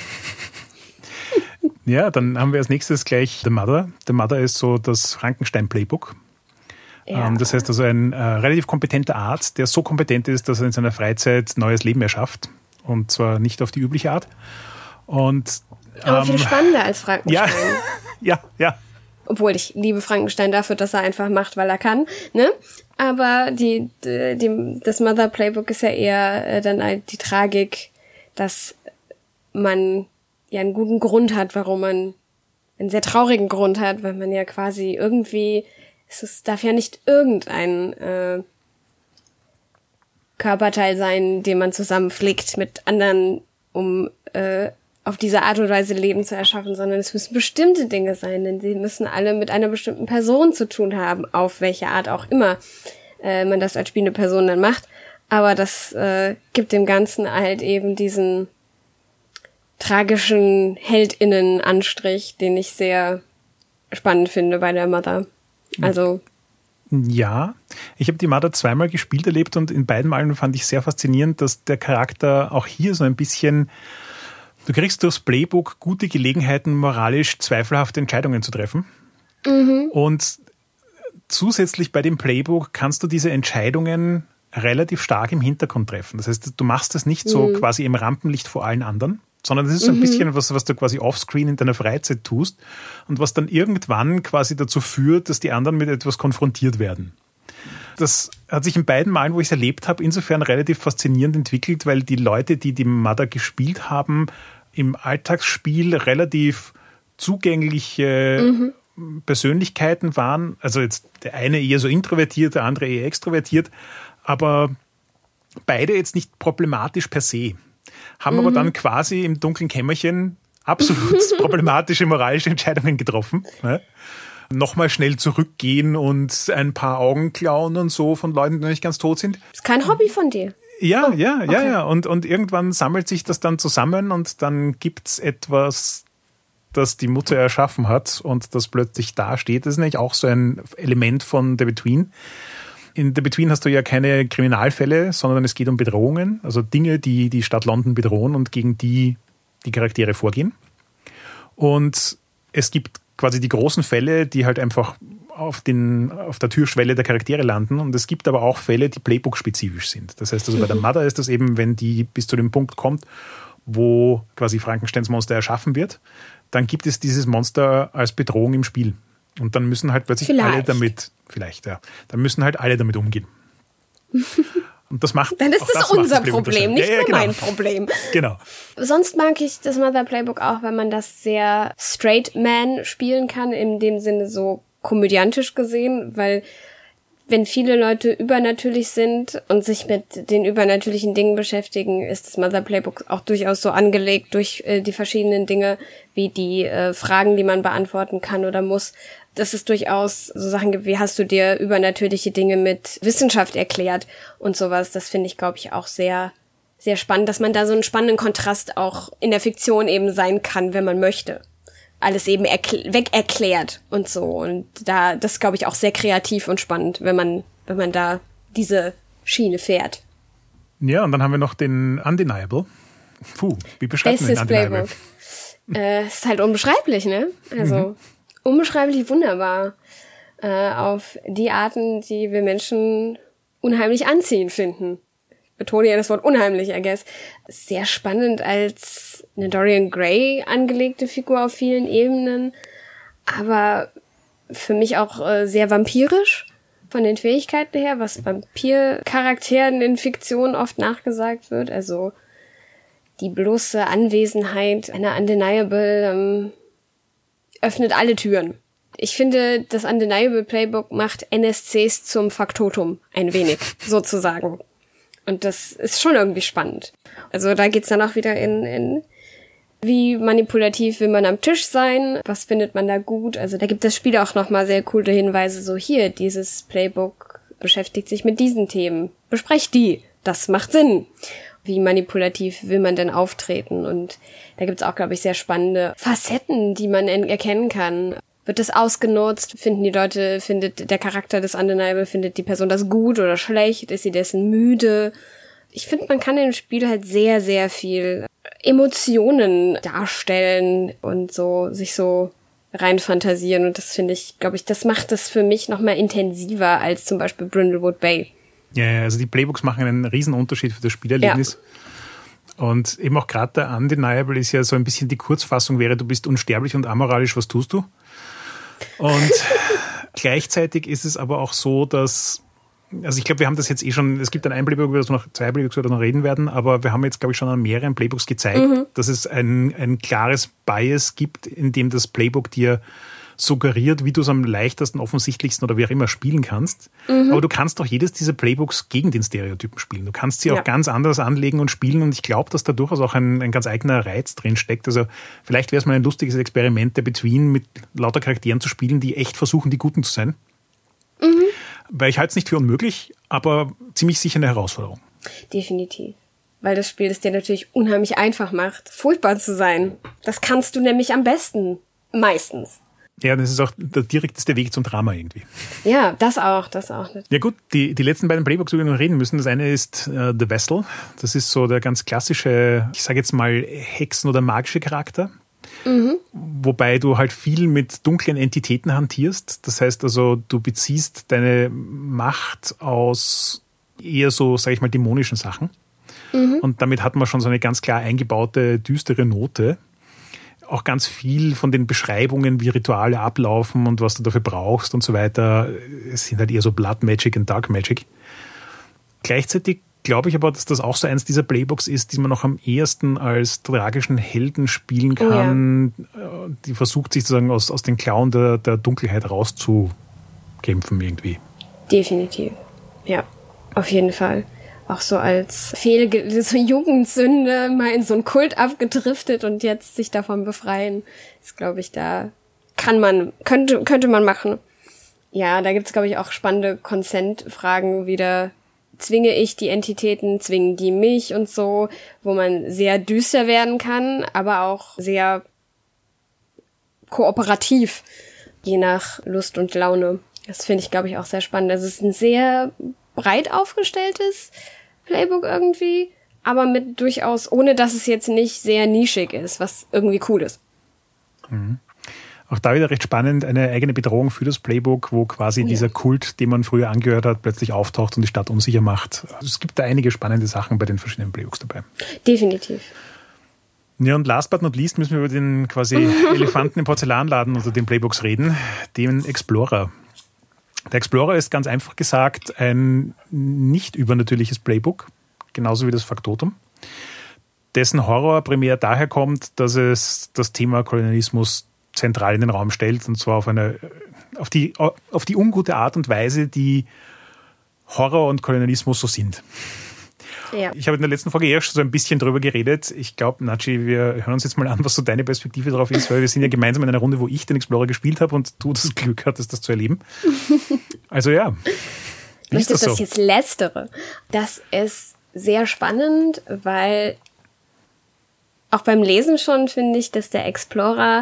Ja, dann haben wir als nächstes gleich The Mother. The Mother ist so das Frankenstein-Playbook. Ja. Das heißt also ein relativ kompetenter Arzt, der so kompetent ist, dass er in seiner Freizeit neues Leben erschafft. Und zwar nicht auf die übliche Art. Aber viel spannender als Frankenstein. Ja. Obwohl ich liebe Frankenstein dafür, dass er einfach macht, weil er kann, ne? Aber das Mother Playbook ist ja eher dann halt die Tragik, dass man ja einen guten Grund hat, warum man einen sehr traurigen Grund hat, weil man ja quasi irgendwie, es darf ja nicht irgendein Körperteil sein, den man zusammenflickt mit anderen, um auf diese Art und Weise Leben zu erschaffen, sondern es müssen bestimmte Dinge sein, denn sie müssen alle mit einer bestimmten Person zu tun haben, auf welche Art auch immer man das als spielende Person dann macht. Aber das gibt dem Ganzen halt eben diesen tragischen HeldInnen-Anstrich, den ich sehr spannend finde bei der Mother. Also ja, ich habe die Mother zweimal gespielt erlebt und in beiden Malen fand ich sehr faszinierend, dass der Charakter auch hier so ein bisschen, du kriegst durchs Playbook gute Gelegenheiten, moralisch zweifelhafte Entscheidungen zu treffen. Und zusätzlich bei dem Playbook kannst du diese Entscheidungen relativ stark im Hintergrund treffen. Das heißt, du machst das nicht so quasi im Rampenlicht vor allen anderen, sondern das ist so ein bisschen was du quasi offscreen in deiner Freizeit tust und was dann irgendwann quasi dazu führt, dass die anderen mit etwas konfrontiert werden. Das hat sich in beiden Malen, wo ich es erlebt habe, insofern relativ faszinierend entwickelt, weil die Leute, die Mother gespielt haben, im Alltagsspiel relativ zugängliche Persönlichkeiten waren. Also jetzt der eine eher so introvertiert, der andere eher extrovertiert, aber beide jetzt nicht problematisch per se. Haben aber dann quasi im dunklen Kämmerchen absolut problematische moralische Entscheidungen getroffen. Ne? Nochmal schnell zurückgehen und ein paar Augen klauen und so von Leuten, die noch nicht ganz tot sind. Ist kein Hobby von dir? Ja. Und irgendwann sammelt sich das dann zusammen und dann gibt's etwas, das die Mutter erschaffen hat und das plötzlich dasteht. Das ist nämlich auch so ein Element von The Between. In The Between hast du ja keine Kriminalfälle, sondern es geht um Bedrohungen, also Dinge, die die Stadt London bedrohen und gegen die Charaktere vorgehen. Und es gibt quasi die großen Fälle, die halt einfach auf der Türschwelle der Charaktere landen. Und es gibt aber auch Fälle, die Playbook-spezifisch sind. Das heißt, also bei der Mother ist das eben, wenn die bis zu dem Punkt kommt, wo quasi Frankensteins Monster erschaffen wird, dann gibt es dieses Monster als Bedrohung im Spiel. Und dann müssen halt plötzlich alle damit, dann müssen halt alle damit umgehen. Und das macht. Dann ist das unser Problem, nicht nur mein Problem. Genau. Sonst mag ich das Mother Playbook auch, wenn man das sehr straight man spielen kann, in dem Sinne so komödiantisch gesehen, weil wenn viele Leute übernatürlich sind und sich mit den übernatürlichen Dingen beschäftigen, ist das Mother Playbook auch durchaus so angelegt durch die verschiedenen Dinge, wie die Fragen, die man beantworten kann oder muss. Dass es durchaus so Sachen gibt, wie hast du dir übernatürliche Dinge mit Wissenschaft erklärt und sowas. Das finde ich, glaube ich, auch sehr, sehr spannend, dass man da so einen spannenden Kontrast auch in der Fiktion eben sein kann, wenn man möchte. Alles eben wegerklärt und so. Und da, das glaube ich auch sehr kreativ und spannend, wenn man da diese Schiene fährt. Ja, und dann haben wir noch den Undeniable. Wie beschreibt man den Undeniable? Ist halt unbeschreiblich, ne? Also unbeschreiblich wunderbar. Auf die Arten, die wir Menschen unheimlich anziehend finden. Ich betone ja das Wort unheimlich, I guess. Sehr spannend als eine Dorian Gray angelegte Figur auf vielen Ebenen. Aber für mich auch sehr vampirisch von den Fähigkeiten her, was Vampircharakteren in Fiktion oft nachgesagt wird. Also die bloße Anwesenheit einer Undeniable öffnet alle Türen. Ich finde, das Undeniable Playbook macht NSCs zum Faktotum ein wenig, sozusagen. Und das ist schon irgendwie spannend. Also da geht's dann auch wieder in wie manipulativ will man am Tisch sein, was findet man da gut. Also da gibt das Spiel auch nochmal sehr coole Hinweise, so hier, dieses Playbook beschäftigt sich mit diesen Themen. Besprecht die, das macht Sinn. Wie manipulativ will man denn auftreten? Und da gibt's auch, glaube ich, sehr spannende Facetten, die man erkennen kann. Wird das ausgenutzt? Findet der Charakter des Undeniable, findet die Person das gut oder schlecht? Ist sie dessen müde? Ich finde, man kann im Spiel halt sehr, sehr viel Emotionen darstellen und so sich so reinfantasieren. Und das finde ich, glaube ich, das macht es für mich nochmal intensiver als zum Beispiel Brindlewood Bay. Ja, also die Playbooks machen einen riesen Unterschied für das Spielerlebnis. Ja. Und eben auch gerade der Undeniable ist ja so ein bisschen die Kurzfassung wäre, du bist unsterblich und amoralisch, was tust du? Und gleichzeitig ist es aber auch so, dass, also ich glaube, wir haben das jetzt schon, es gibt ein Playbook, über das wir noch 2 Playbooks noch reden werden, aber wir haben jetzt, glaube ich, schon an mehreren Playbooks gezeigt, dass es ein klares Bias gibt, in dem das Playbook dir suggeriert, wie du es am leichtesten, offensichtlichsten oder wie auch immer spielen kannst. Aber du kannst doch jedes dieser Playbooks gegen den Stereotypen spielen. Du kannst sie auch ganz anders anlegen und spielen und ich glaube, dass da durchaus auch ein ganz eigener Reiz drin steckt. Also vielleicht wäre es mal ein lustiges Experiment, der Between mit lauter Charakteren zu spielen, die echt versuchen, die Guten zu sein. Weil ich halte es nicht für unmöglich, aber ziemlich sicher eine Herausforderung. Definitiv. Weil das Spiel es dir natürlich unheimlich einfach macht, furchtbar zu sein. Das kannst du nämlich am besten. Meistens. Ja, das ist auch der direkteste Weg zum Drama irgendwie. Ja, das auch. Ja gut, die letzten beiden Playbooks, über die wir noch reden müssen. Das eine ist The Vessel. Das ist so der ganz klassische, ich sage jetzt mal Hexen- oder magische Charakter. Wobei du halt viel mit dunklen Entitäten hantierst. Das heißt also, du beziehst deine Macht aus eher so, sage ich mal, dämonischen Sachen. Und damit hat man schon so eine ganz klar eingebaute, düstere Note. Auch ganz viel von den Beschreibungen, wie Rituale ablaufen und was du dafür brauchst und so weiter, sind halt eher so Blood Magic und Dark Magic. Gleichzeitig glaube ich aber, dass das auch so eins dieser Playbooks ist, die man noch am ehesten als tragischen Helden spielen kann, die versucht sich sozusagen aus den Klauen der Dunkelheit rauszukämpfen irgendwie. Definitiv. Ja, auf jeden Fall. Auch so als so Jugendsünde mal in so einen Kult abgedriftet und jetzt sich davon befreien, ist, glaube ich, da könnte man machen. Ja, da gibt's, glaube ich, auch spannende Consent-Fragen wieder. Zwinge ich die Entitäten, zwingen die mich und so, wo man sehr düster werden kann, aber auch sehr kooperativ, je nach Lust und Laune. Das finde ich, glaube ich, auch sehr spannend. Also es ist ein sehr breit aufgestelltes Playbook irgendwie, aber mit durchaus, ohne dass es jetzt nicht sehr nischig ist, was irgendwie cool ist. Auch da wieder recht spannend, eine eigene Bedrohung für das Playbook, wo quasi dieser Kult, den man früher angehört hat, plötzlich auftaucht und die Stadt unsicher macht. Also es gibt da einige spannende Sachen bei den verschiedenen Playbooks dabei. Definitiv. Ja, und last but not least müssen wir über den quasi Elefanten im Porzellanladen unter den Playbooks reden, den Explorer. Der Explorer ist ganz einfach gesagt ein nicht übernatürliches Playbook, genauso wie das Faktotum, dessen Horror primär daher kommt, dass es das Thema Kolonialismus zentral in den Raum stellt, und zwar auf die ungute Art und Weise, die Horror und Kolonialismus so sind. Ja. Ich habe in der letzten Folge erst so ein bisschen drüber geredet. Ich glaube, Nachi, wir hören uns jetzt mal an, was so deine Perspektive darauf ist, weil wir sind ja gemeinsam in einer Runde, wo ich den Explorer gespielt habe und du das Glück hattest, das zu erleben. Also ja. Wie ist das so? Ich jetzt lästere. Das ist sehr spannend, weil auch beim Lesen schon finde ich, dass der Explorer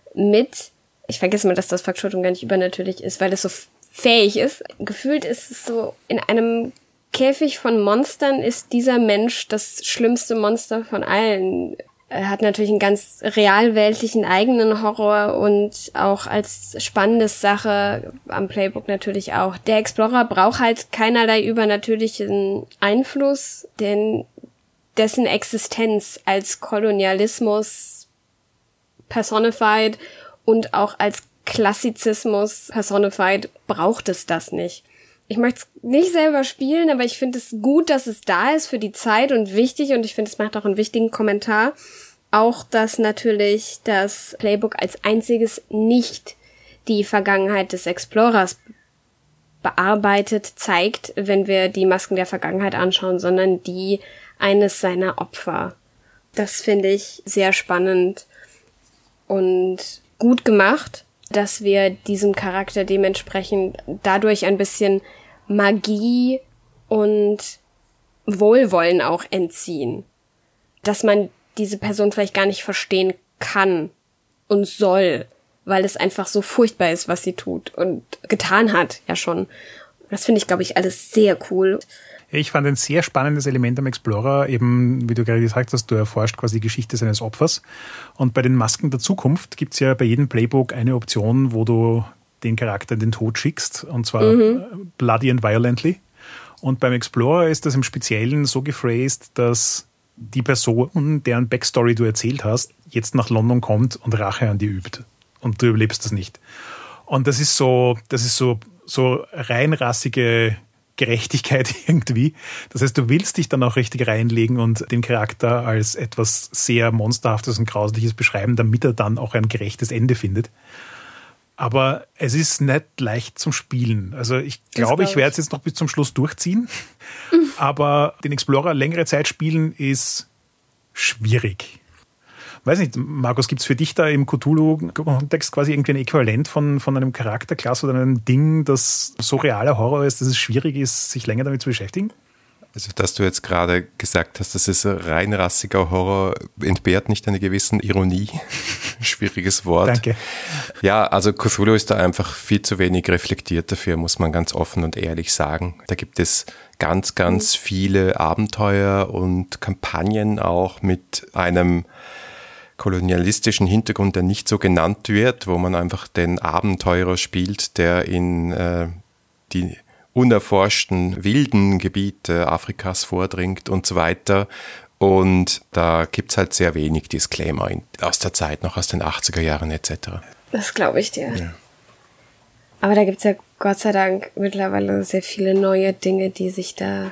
ich vergesse mal, dass das Faktotum gar nicht übernatürlich ist, weil es so fähig ist. Gefühlt ist es so, in einem Käfig von Monstern ist dieser Mensch das schlimmste Monster von allen. Er hat natürlich einen ganz realweltlichen eigenen Horror und auch als spannende Sache am Playbook natürlich auch. Der Explorer braucht halt keinerlei übernatürlichen Einfluss, denn dessen Existenz als Kolonialismus personified und auch als Klassizismus personified, braucht es das nicht. Ich möchte es nicht selber spielen, aber ich finde es gut, dass es da ist für die Zeit und wichtig, und ich finde, es macht auch einen wichtigen Kommentar. Auch, dass natürlich das Playbook als einziges nicht die Vergangenheit des Explorers bearbeitet, zeigt, wenn wir die Masken der Vergangenheit anschauen, sondern die eines seiner Opfer. Das finde ich sehr spannend und gut gemacht, dass wir diesem Charakter dementsprechend dadurch ein bisschen Magie und Wohlwollen auch entziehen. Dass man diese Person vielleicht gar nicht verstehen kann und soll, weil es einfach so furchtbar ist, was sie tut und getan hat, ja schon. Das finde ich, glaube ich, alles sehr cool. Ich fand ein sehr spannendes Element am Explorer, eben, wie du gerade gesagt hast, du erforscht quasi die Geschichte seines Opfers. Und bei den Masken der Zukunft gibt es ja bei jedem Playbook eine Option, wo du den Charakter in den Tod schickst, und zwar bloody and violently. Und beim Explorer ist das im Speziellen so gephrased, dass die Person, deren Backstory du erzählt hast, jetzt nach London kommt und Rache an dir übt. Und du überlebst das nicht. Und das ist so reinrassige Gerechtigkeit irgendwie. Das heißt, du willst dich dann auch richtig reinlegen und den Charakter als etwas sehr Monsterhaftes und Grausliches beschreiben, damit er dann auch ein gerechtes Ende findet. Aber es ist nicht leicht zum Spielen. Also ich glaube, ich werde es jetzt noch bis zum Schluss durchziehen. Aber den Explorer längere Zeit spielen ist schwierig. Weiß nicht, Markus, gibt es für dich da im Cthulhu-Kontext quasi irgendwie ein Äquivalent von einem Charakterklasse oder einem Ding, das so realer Horror ist, dass es schwierig ist, sich länger damit zu beschäftigen? Also, dass du jetzt gerade gesagt hast, das ist reinrassiger Horror, entbehrt nicht einer gewissen Ironie. Schwieriges Wort. Danke. Ja, also Cthulhu ist da einfach viel zu wenig reflektiert dafür, muss man ganz offen und ehrlich sagen. Da gibt es ganz, ganz viele Abenteuer und Kampagnen auch mit einem kolonialistischen Hintergrund, der nicht so genannt wird, wo man einfach den Abenteurer spielt, der in die unerforschten wilden Gebiete Afrikas vordringt und so weiter. Und da gibt es halt sehr wenig Disclaimer aus der Zeit, noch aus den 80er Jahren etc. Das glaube ich dir. Ja. Aber da gibt es ja Gott sei Dank mittlerweile sehr viele neue Dinge, die sich da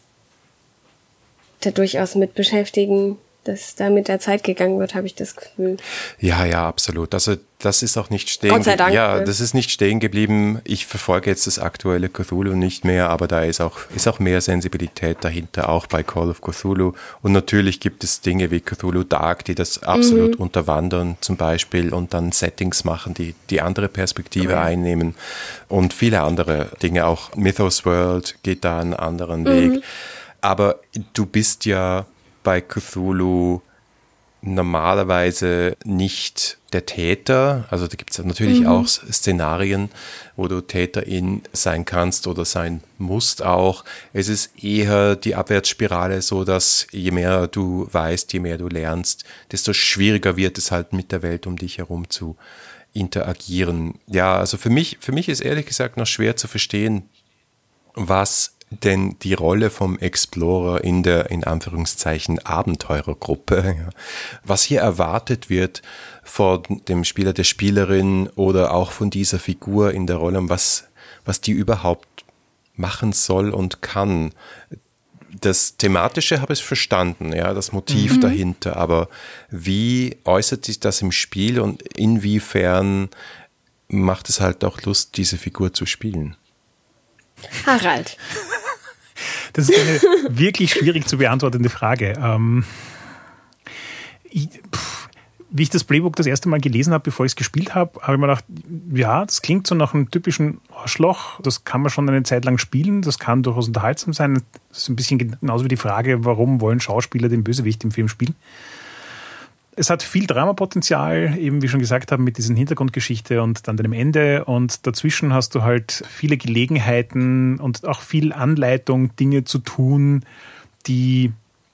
durchaus mit beschäftigen, dass da mit der Zeit gegangen wird, habe ich das Gefühl. Ja, absolut. Also das ist auch nicht stehen. Gott sei Dank. Ja, das ist nicht stehen geblieben. Ich verfolge jetzt das aktuelle Cthulhu nicht mehr, aber da ist auch mehr Sensibilität dahinter, auch bei Call of Cthulhu. Und natürlich gibt es Dinge wie Cthulhu Dark, die das absolut unterwandern zum Beispiel und dann Settings machen, die andere Perspektive einnehmen. Und viele andere Dinge, auch Mythos World geht da einen anderen Weg. Aber du bist ja bei Cthulhu normalerweise nicht der Täter. Also da gibt es natürlich auch Szenarien, wo du Täterin sein kannst oder sein musst auch. Es ist eher die Abwärtsspirale so, dass je mehr du weißt, je mehr du lernst, desto schwieriger wird es halt mit der Welt um dich herum zu interagieren. Ja, also für mich ist ehrlich gesagt noch schwer zu verstehen, was denn die Rolle vom Explorer in der, in Anführungszeichen, Abenteurergruppe, was hier erwartet wird von dem Spieler, der Spielerin oder auch von dieser Figur in der Rolle, was die überhaupt machen soll und kann. Das Thematische habe ich verstanden, ja, das Motiv dahinter, aber wie äußert sich das im Spiel und inwiefern macht es halt auch Lust, diese Figur zu spielen? Harald. Das ist eine wirklich schwierig zu beantwortende Frage. Wie ich das Playbook das erste Mal gelesen habe, bevor ich es gespielt habe, habe ich mir gedacht, ja, das klingt so nach einem typischen Arschloch. Das kann man schon eine Zeit lang spielen. Das kann durchaus unterhaltsam sein. Das ist ein bisschen genauso wie die Frage, warum wollen Schauspieler den Bösewicht im Film spielen? Es hat viel Dramapotenzial, eben wie schon gesagt haben, mit diesen Hintergrundgeschichte und dann dem Ende. Und dazwischen hast du halt viele Gelegenheiten und auch viel Anleitung, Dinge zu tun, die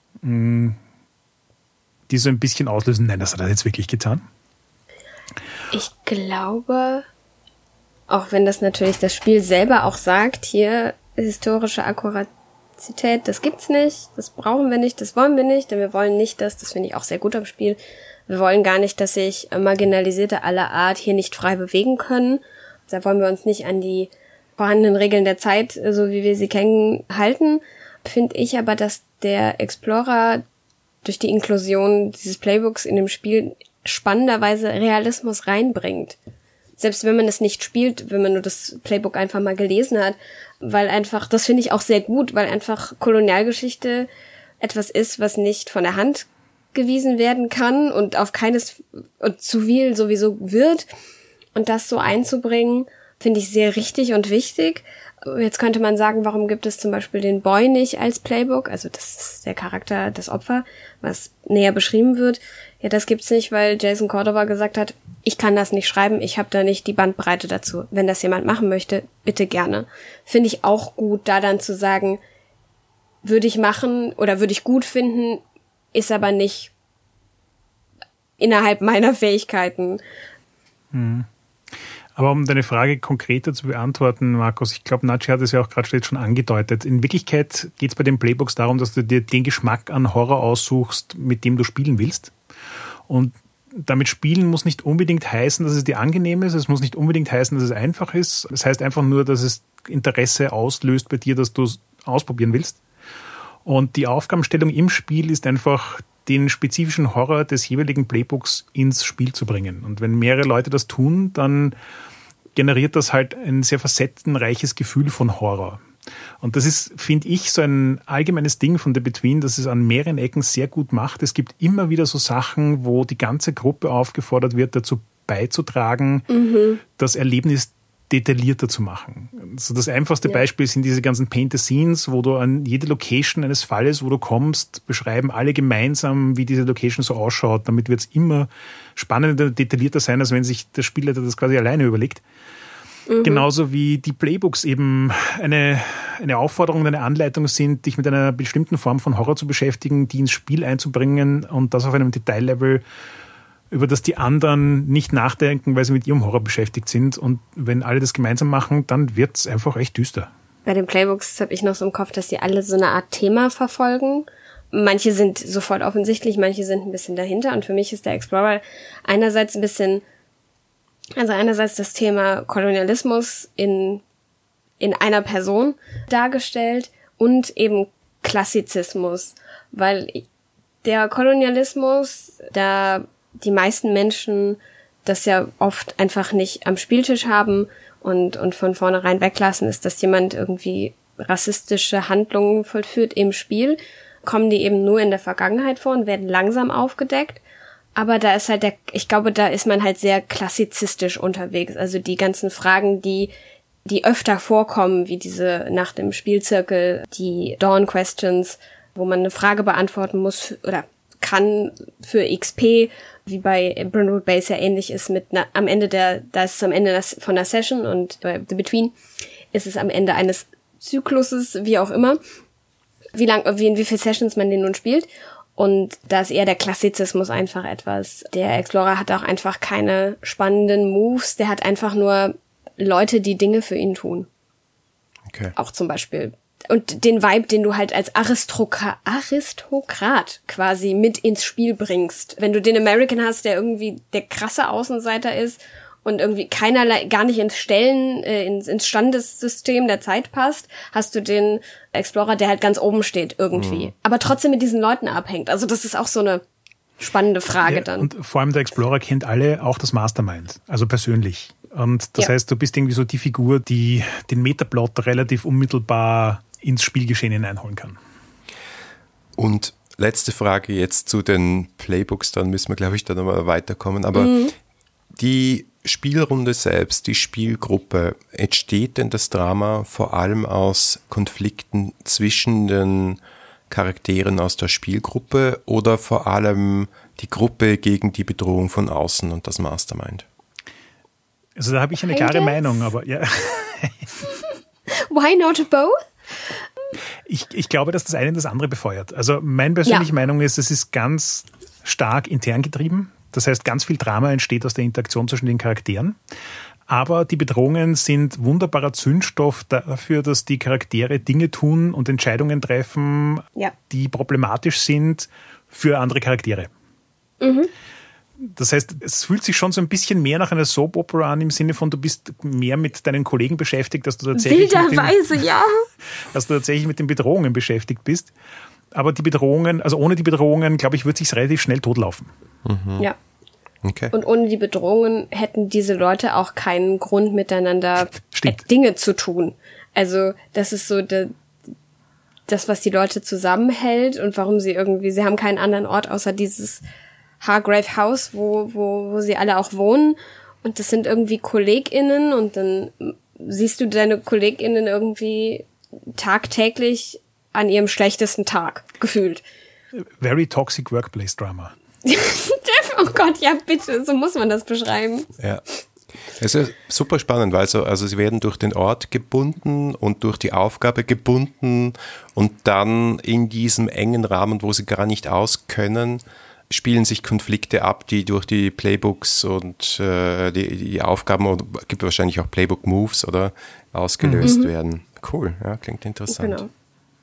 so ein bisschen auslösen. Nein, das hat er jetzt wirklich getan. Ich glaube, auch wenn das natürlich das Spiel selber auch sagt, hier historische Akkuratität, das gibt's nicht, das brauchen wir nicht, das wollen wir nicht, denn wir wollen nicht, das finde ich auch sehr gut am Spiel, Wir wollen gar nicht, dass sich Marginalisierte aller Art hier nicht frei bewegen können. Da wollen wir uns nicht an die vorhandenen Regeln der Zeit, so wie wir sie kennen, halten. Finde ich aber, dass der Explorer durch die Inklusion dieses Playbooks in dem Spiel spannenderweise Realismus reinbringt. Selbst wenn man es nicht spielt, wenn man nur das Playbook einfach mal gelesen hat, weil einfach, das finde ich auch sehr gut, weil einfach Kolonialgeschichte etwas ist, was nicht von der Hand gewiesen werden kann und auf keines und zu viel sowieso wird. Und das so einzubringen, finde ich sehr richtig und wichtig. Jetzt könnte man sagen, warum gibt es zum Beispiel den Boy nicht als Playbook? Also das ist der Charakter, das Opfer, was näher beschrieben wird. Ja, das gibt's nicht, weil Jason Cordova gesagt hat, ich kann das nicht schreiben, ich habe da nicht die Bandbreite dazu. Wenn das jemand machen möchte, bitte gerne. Finde ich auch gut, da dann zu sagen, würde ich machen oder würde ich gut finden, ist aber nicht innerhalb meiner Fähigkeiten. Aber um deine Frage konkreter zu beantworten, Markus, ich glaube, Nachi hat es ja auch gerade schon angedeutet. In Wirklichkeit geht es bei den Playbooks darum, dass du dir den Geschmack an Horror aussuchst, mit dem du spielen willst. Und damit spielen muss nicht unbedingt heißen, dass es dir angenehm ist. Es muss nicht unbedingt heißen, dass es einfach ist. Es heißt einfach nur, dass es Interesse auslöst bei dir, dass du es ausprobieren willst. Und die Aufgabenstellung im Spiel ist einfach, den spezifischen Horror des jeweiligen Playbooks ins Spiel zu bringen. Und wenn mehrere Leute das tun, dann generiert das halt ein sehr facettenreiches Gefühl von Horror. Und das ist, finde ich, so ein allgemeines Ding von The Between, das es an mehreren Ecken sehr gut macht. Es gibt immer wieder so Sachen, wo die ganze Gruppe aufgefordert wird, dazu beizutragen, das Erlebnis detaillierter zu machen. Also das einfachste Beispiel sind diese ganzen Paint the Scenes, wo du an jede Location eines Falles, wo du kommst, beschreiben alle gemeinsam, wie diese Location so ausschaut. Damit wird es immer spannender und detaillierter sein, als wenn sich der Spieler das quasi alleine überlegt. Genauso wie die Playbooks eben eine Aufforderung und eine Anleitung sind, dich mit einer bestimmten Form von Horror zu beschäftigen, die ins Spiel einzubringen und das auf einem Detaillevel, über das die anderen nicht nachdenken, weil sie mit ihrem Horror beschäftigt sind. Und wenn alle das gemeinsam machen, dann wird es einfach echt düster. Bei den Playbooks habe ich noch so im Kopf, dass sie alle so eine Art Thema verfolgen. Manche sind sofort offensichtlich, manche sind ein bisschen dahinter. Und für mich ist der Explorer einerseits einerseits das Thema Kolonialismus in einer Person dargestellt und eben Klassizismus. Weil der Kolonialismus, da die meisten Menschen das ja oft einfach nicht am Spieltisch haben und von vornherein weglassen, ist, dass jemand irgendwie rassistische Handlungen vollführt im Spiel, kommen die eben nur in der Vergangenheit vor und werden langsam aufgedeckt. Aber da ist halt ich glaube, da ist man halt sehr klassizistisch unterwegs. Also die ganzen Fragen, die öfter vorkommen, wie diese nach dem Spielzirkel, die Dawn Questions, wo man eine Frage beantworten muss oder kann für XP, wie bei Brindlewood Base ja ähnlich ist am Ende von der Session und bei The Between ist es am Ende eines Zykluses, wie auch immer, in wie viele Sessions man den nun spielt. Und da ist eher der Klassizismus einfach etwas. Der Explorer hat auch einfach keine spannenden Moves, der hat einfach nur Leute, die Dinge für ihn tun. Okay. Auch zum Beispiel. Und den Vibe, den du halt als Aristokrat quasi mit ins Spiel bringst. Wenn du den American hast, der irgendwie der krasse Außenseiter ist und irgendwie gar nicht ins Standessystem der Zeit passt, hast du den Explorer, der halt ganz oben steht irgendwie. Aber trotzdem mit diesen Leuten abhängt. Also das ist auch so eine spannende Frage dann. Und vor allem der Explorer kennt alle, auch das Mastermind, also persönlich. Und das heißt, du bist irgendwie so die Figur, die den Metaplot relativ unmittelbar ins Spielgeschehen hineinholen kann. Und letzte Frage jetzt zu den Playbooks, dann müssen wir, glaube ich, da nochmal weiterkommen. Aber die Spielrunde selbst, die Spielgruppe, entsteht denn das Drama vor allem aus Konflikten zwischen den Charakteren aus der Spielgruppe oder vor allem die Gruppe gegen die Bedrohung von außen und das Mastermind? Also da habe ich eine klare Meinung, aber ja. Why not both? Ich glaube, dass das eine das andere befeuert. Also meine persönliche Meinung ist, es ist ganz stark intern getrieben. Das heißt, ganz viel Drama entsteht aus der Interaktion zwischen den Charakteren. Aber die Bedrohungen sind wunderbarer Zündstoff dafür, dass die Charaktere Dinge tun und Entscheidungen treffen, die problematisch sind für andere Charaktere. Das heißt, es fühlt sich schon so ein bisschen mehr nach einer Soap-Opera an, im Sinne von, du bist mehr mit deinen Kollegen beschäftigt, dass du tatsächlich dass du tatsächlich mit den Bedrohungen beschäftigt bist. Aber die Bedrohungen, also ohne die Bedrohungen, glaube ich, wird es sich relativ schnell totlaufen. Mhm. Ja. Okay. Und ohne die Bedrohungen hätten diese Leute auch keinen Grund, miteinander Dinge zu tun. Also das ist so das, was die Leute zusammenhält und warum sie haben keinen anderen Ort außer dieses Hargrave House, wo sie alle auch wohnen. Und das sind irgendwie KollegInnen und dann siehst du deine KollegInnen irgendwie tagtäglich an ihrem schlechtesten Tag, gefühlt. Very toxic workplace drama. Oh Gott, ja bitte, so muss man das beschreiben. Ja. Es ist super spannend, weil also sie werden durch den Ort gebunden und durch die Aufgabe gebunden und dann in diesem engen Rahmen, wo sie gar nicht aus können, spielen sich Konflikte ab, die durch die Playbooks und die Aufgaben, und gibt wahrscheinlich auch Playbook-Moves, oder, ausgelöst werden. Cool, ja, klingt interessant. Genau.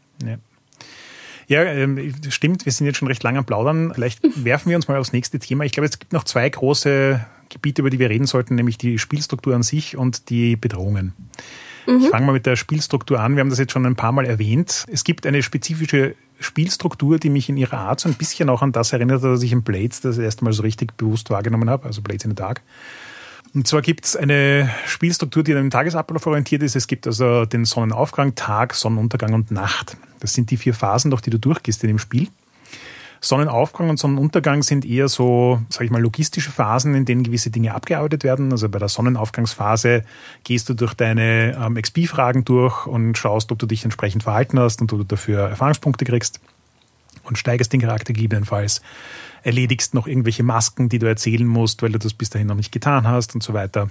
Ja, stimmt, wir sind jetzt schon recht lang am Plaudern. Vielleicht werfen wir uns mal aufs nächste Thema. Ich glaube, es gibt noch 2 große Gebiete, über die wir reden sollten, nämlich die Spielstruktur an sich und die Bedrohungen. Ich fange mal mit der Spielstruktur an. Wir haben das jetzt schon ein paar Mal erwähnt. Es gibt eine spezifische Spielstruktur, die mich in ihrer Art so ein bisschen auch an das erinnert, was ich in Blades das erste Mal so richtig bewusst wahrgenommen habe, also Blades in the Dark. Und zwar gibt es eine Spielstruktur, die an einem Tagesablauf orientiert ist. Es gibt also den Sonnenaufgang, Tag, Sonnenuntergang und Nacht. Das sind die 4 Phasen, durch die du durchgehst in dem Spiel. Sonnenaufgang und Sonnenuntergang sind eher so, sage ich mal, logistische Phasen, in denen gewisse Dinge abgearbeitet werden. Also bei der Sonnenaufgangsphase gehst du durch deine XP-Fragen durch und schaust, ob du dich entsprechend verhalten hast und ob du dafür Erfahrungspunkte kriegst und steigerst den Charakter gegebenenfalls. Erledigst noch irgendwelche Masken, die du erzählen musst, weil du das bis dahin noch nicht getan hast und so weiter.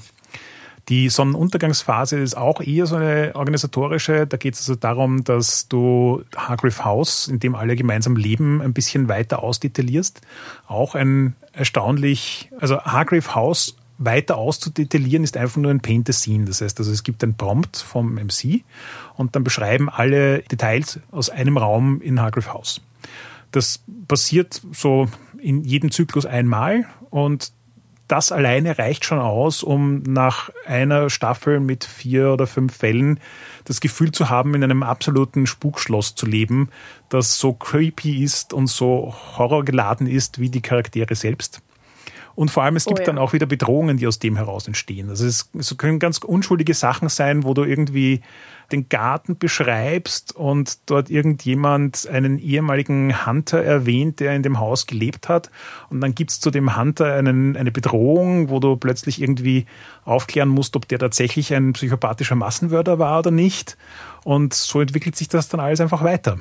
Die Sonnenuntergangsphase ist auch eher so eine organisatorische. Da geht es also darum, dass du Hargrave House, in dem alle gemeinsam leben, ein bisschen weiter ausdetaillierst. Auch ein erstaunlich, also Hargrave House weiter auszudetaillieren ist einfach nur ein Paint the Scene. Das heißt, also es gibt ein Prompt vom MC und dann beschreiben alle Details aus einem Raum in Hargrave House. Das passiert so in jedem Zyklus einmal und das alleine reicht schon aus, um nach einer Staffel mit 4 oder 5 Fällen das Gefühl zu haben, in einem absoluten Spukschloss zu leben, das so creepy ist und so horrorgeladen ist wie die Charaktere selbst. Und vor allem, es gibt dann auch wieder Bedrohungen, die aus dem heraus entstehen. Also es können ganz unschuldige Sachen sein, wo du irgendwie den Garten beschreibst und dort irgendjemand einen ehemaligen Hunter erwähnt, der in dem Haus gelebt hat. Und dann gibt es zu dem Hunter eine Bedrohung, wo du plötzlich irgendwie aufklären musst, ob der tatsächlich ein psychopathischer Massenmörder war oder nicht. Und so entwickelt sich das dann alles einfach weiter.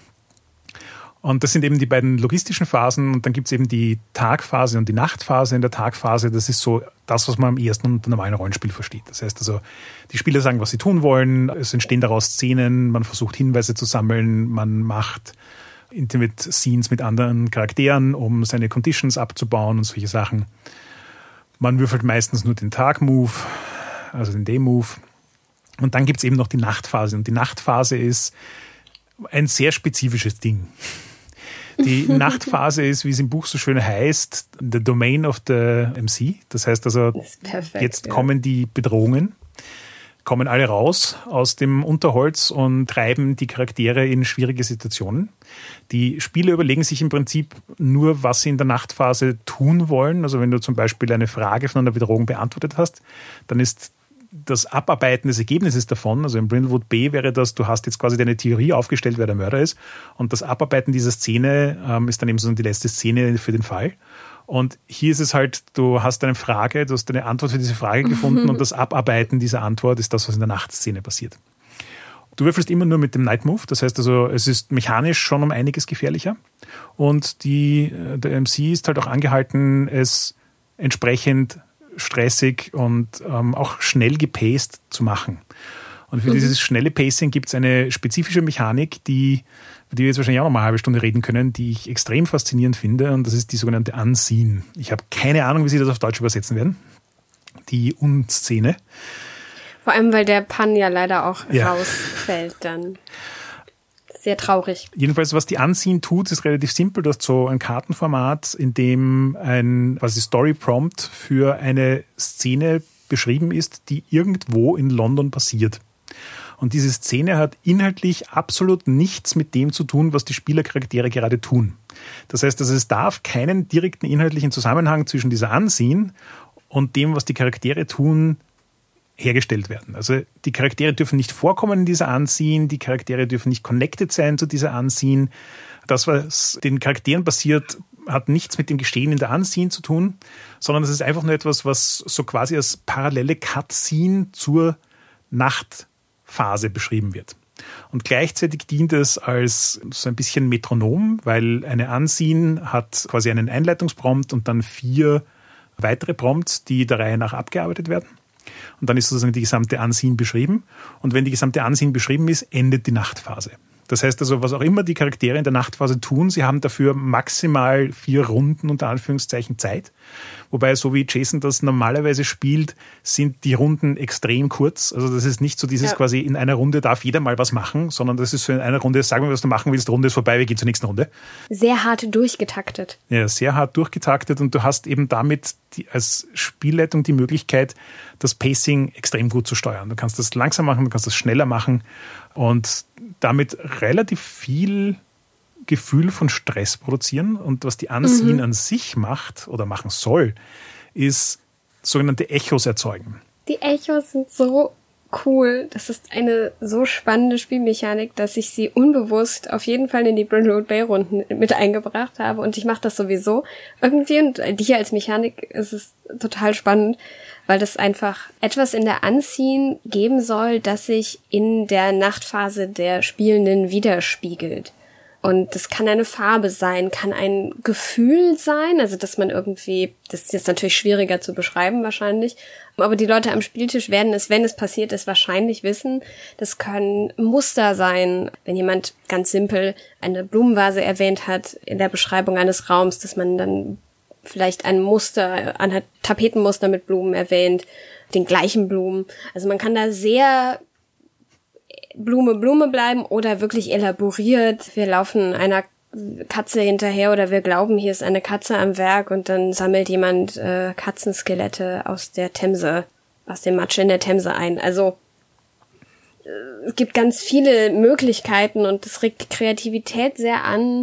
Und das sind eben die beiden logistischen Phasen und dann gibt es eben die Tagphase und die Nachtphase. In der Tagphase, das ist so das, was man am ehesten unter normalen Rollenspiel versteht. Das heißt also, die Spieler sagen, was sie tun wollen, es entstehen daraus Szenen, man versucht Hinweise zu sammeln, man macht Intimate Scenes mit anderen Charakteren, um seine Conditions abzubauen und solche Sachen. Man würfelt meistens nur den Tag-Move, also den Day-Move. Und dann gibt es eben noch die Nachtphase. Und die Nachtphase ist ein sehr spezifisches Ding. Die Nachtphase ist, wie es im Buch so schön heißt, the domain of the MC. Das heißt also, jetzt kommen die Bedrohungen, kommen alle raus aus dem Unterholz und treiben die Charaktere in schwierige Situationen. Die Spieler überlegen sich im Prinzip nur, was sie in der Nachtphase tun wollen. Also wenn du zum Beispiel eine Frage von einer Bedrohung beantwortet hast, dann ist das Abarbeiten des Ergebnisses davon, also im Brindlewood B wäre das, du hast jetzt quasi deine Theorie aufgestellt, wer der Mörder ist, und das Abarbeiten dieser Szene ist dann eben so die letzte Szene für den Fall. Und hier ist es halt, du hast eine Frage, du hast eine Antwort für diese Frage gefunden und das Abarbeiten dieser Antwort ist das, was in der Nachtszene passiert. Du würfelst immer nur mit dem Night Move, das heißt also, es ist mechanisch schon um einiges gefährlicher und der MC ist halt auch angehalten, es entsprechend stressig und auch schnell gepaced zu machen. Und für dieses schnelle Pacing gibt es eine spezifische Mechanik, die wir jetzt wahrscheinlich auch noch mal eine halbe Stunde reden können, die ich extrem faszinierend finde, und das ist die sogenannte Unseen. Ich habe keine Ahnung, wie sie das auf Deutsch übersetzen werden. Die Unszene. Vor allem, weil der Pan ja leider auch rausfällt dann. sehr traurig. Jedenfalls, was die Unseen tut, ist relativ simpel. Du hast so ein Kartenformat, in dem ein quasi Story-Prompt für eine Szene beschrieben ist, die irgendwo in London passiert. Und diese Szene hat inhaltlich absolut nichts mit dem zu tun, was die Spielercharaktere gerade tun. Das heißt, also es darf keinen direkten inhaltlichen Zusammenhang zwischen dieser Unseen und dem, was die Charaktere tun, hergestellt werden. Also die Charaktere dürfen nicht vorkommen in dieser Unseen, die Charaktere dürfen nicht connected sein zu dieser Unseen. Das, was den Charakteren passiert, hat nichts mit dem Geschehen in der Unseen zu tun, sondern es ist einfach nur etwas, was so quasi als parallele Cutscene zur Nachtphase beschrieben wird. Und gleichzeitig dient es als so ein bisschen Metronom, weil eine Unseen hat quasi einen Einleitungsprompt und dann 4 weitere Prompts, die der Reihe nach abgearbeitet werden. Und dann ist sozusagen die gesamte Unseen beschrieben. Und wenn die gesamte Unseen beschrieben ist, endet die Nachtphase. Das heißt also, was auch immer die Charaktere in der Nachtphase tun, sie haben dafür maximal 4 Runden unter Anführungszeichen Zeit. Wobei, so wie Jason das normalerweise spielt, sind die Runden extrem kurz. Also das ist nicht so dieses quasi in einer Runde darf jeder mal was machen, sondern das ist so in einer Runde, sag mir, was du machen willst, Runde ist vorbei, wir gehen zur nächsten Runde. Sehr hart durchgetaktet. Ja, sehr hart durchgetaktet und du hast eben damit als Spielleitung die Möglichkeit, das Pacing extrem gut zu steuern. Du kannst das langsam machen, du kannst das schneller machen und damit relativ viel Gefühl von Stress produzieren. Und was die Unseen an sich macht oder machen soll, ist sogenannte Echos erzeugen. Die Echos sind so cool. Das ist eine so spannende Spielmechanik, dass ich sie unbewusst auf jeden Fall in die Brindlewood Bay Runden mit eingebracht habe. Und ich mache das sowieso irgendwie. Und hier als Mechanik ist es total spannend, weil das einfach etwas in der Unseen geben soll, das sich in der Nachtphase der Spielenden widerspiegelt. Und das kann eine Farbe sein, kann ein Gefühl sein, also dass man irgendwie, das ist jetzt natürlich schwieriger zu beschreiben wahrscheinlich, aber die Leute am Spieltisch werden es, wenn es passiert ist, wahrscheinlich wissen. Das können Muster sein, wenn jemand ganz simpel eine Blumenvase erwähnt hat in der Beschreibung eines Raums, dass man dann vielleicht ein Muster, ein Tapetenmuster mit Blumen erwähnt, den gleichen Blumen. Also man kann da sehr Blume bleiben oder wirklich elaboriert. Wir laufen einer Katze hinterher oder wir glauben, hier ist eine Katze am Werk und dann sammelt jemand Katzenskelette aus der Themse, aus dem Matsch in der Themse ein. Also es gibt ganz viele Möglichkeiten und das regt die Kreativität sehr an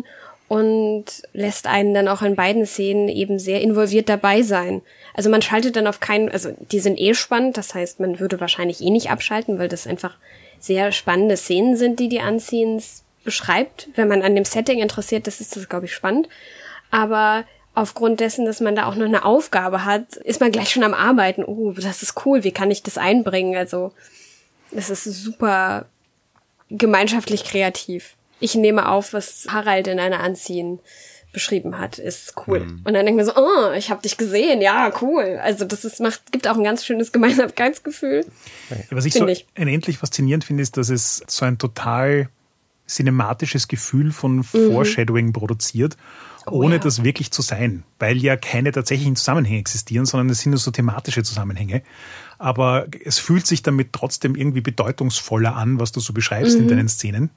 und lässt einen dann auch in beiden Szenen eben sehr involviert dabei sein. Also man schaltet dann auf keinen, also die sind spannend, das heißt, man würde wahrscheinlich nicht abschalten, weil das einfach sehr spannende Szenen sind, die Unseens beschreibt. Wenn man an dem Setting interessiert ist, ist das, glaube ich, spannend. Aber aufgrund dessen, dass man da auch noch eine Aufgabe hat, ist man gleich schon am Arbeiten. Oh, das ist cool, wie kann ich das einbringen? Also, das ist super gemeinschaftlich kreativ. Ich nehme auf, was Harald in einer Unseen beschrieben hat, ist cool. Und dann denke ich mir so, oh, ich habe dich gesehen, ja, cool. Also das gibt auch ein ganz schönes Gemeinsamkeitsgefühl. Was ich so unendlich faszinierend finde, ist, dass es so ein total cinematisches Gefühl von Foreshadowing produziert, ohne das wirklich zu sein, weil ja keine tatsächlichen Zusammenhänge existieren, sondern es sind nur so thematische Zusammenhänge. Aber es fühlt sich damit trotzdem irgendwie bedeutungsvoller an, was du so beschreibst in deinen Szenen.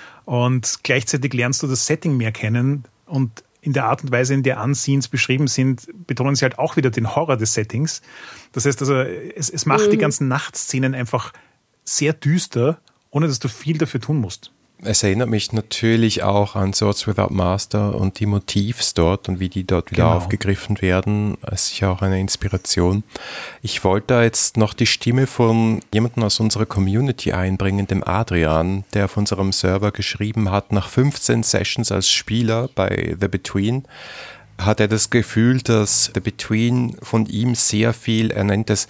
Und gleichzeitig lernst du das Setting mehr kennen und in der Art und Weise, in der Unseens beschrieben sind, betonen sie halt auch wieder den Horror des Settings. Das heißt also, es macht die ganzen Nachtszenen einfach sehr düster, ohne dass du viel dafür tun musst. Es erinnert mich natürlich auch an Swords Without Master und die Motivs dort und wie die dort wieder aufgegriffen werden. Es ist sicher auch eine Inspiration. Ich wollte da jetzt noch die Stimme von jemandem aus unserer Community einbringen, dem Adrian, der auf unserem Server geschrieben hat, nach 15 Sessions als Spieler bei The Between hat er das Gefühl, dass The Between von ihm sehr viel, er nennt es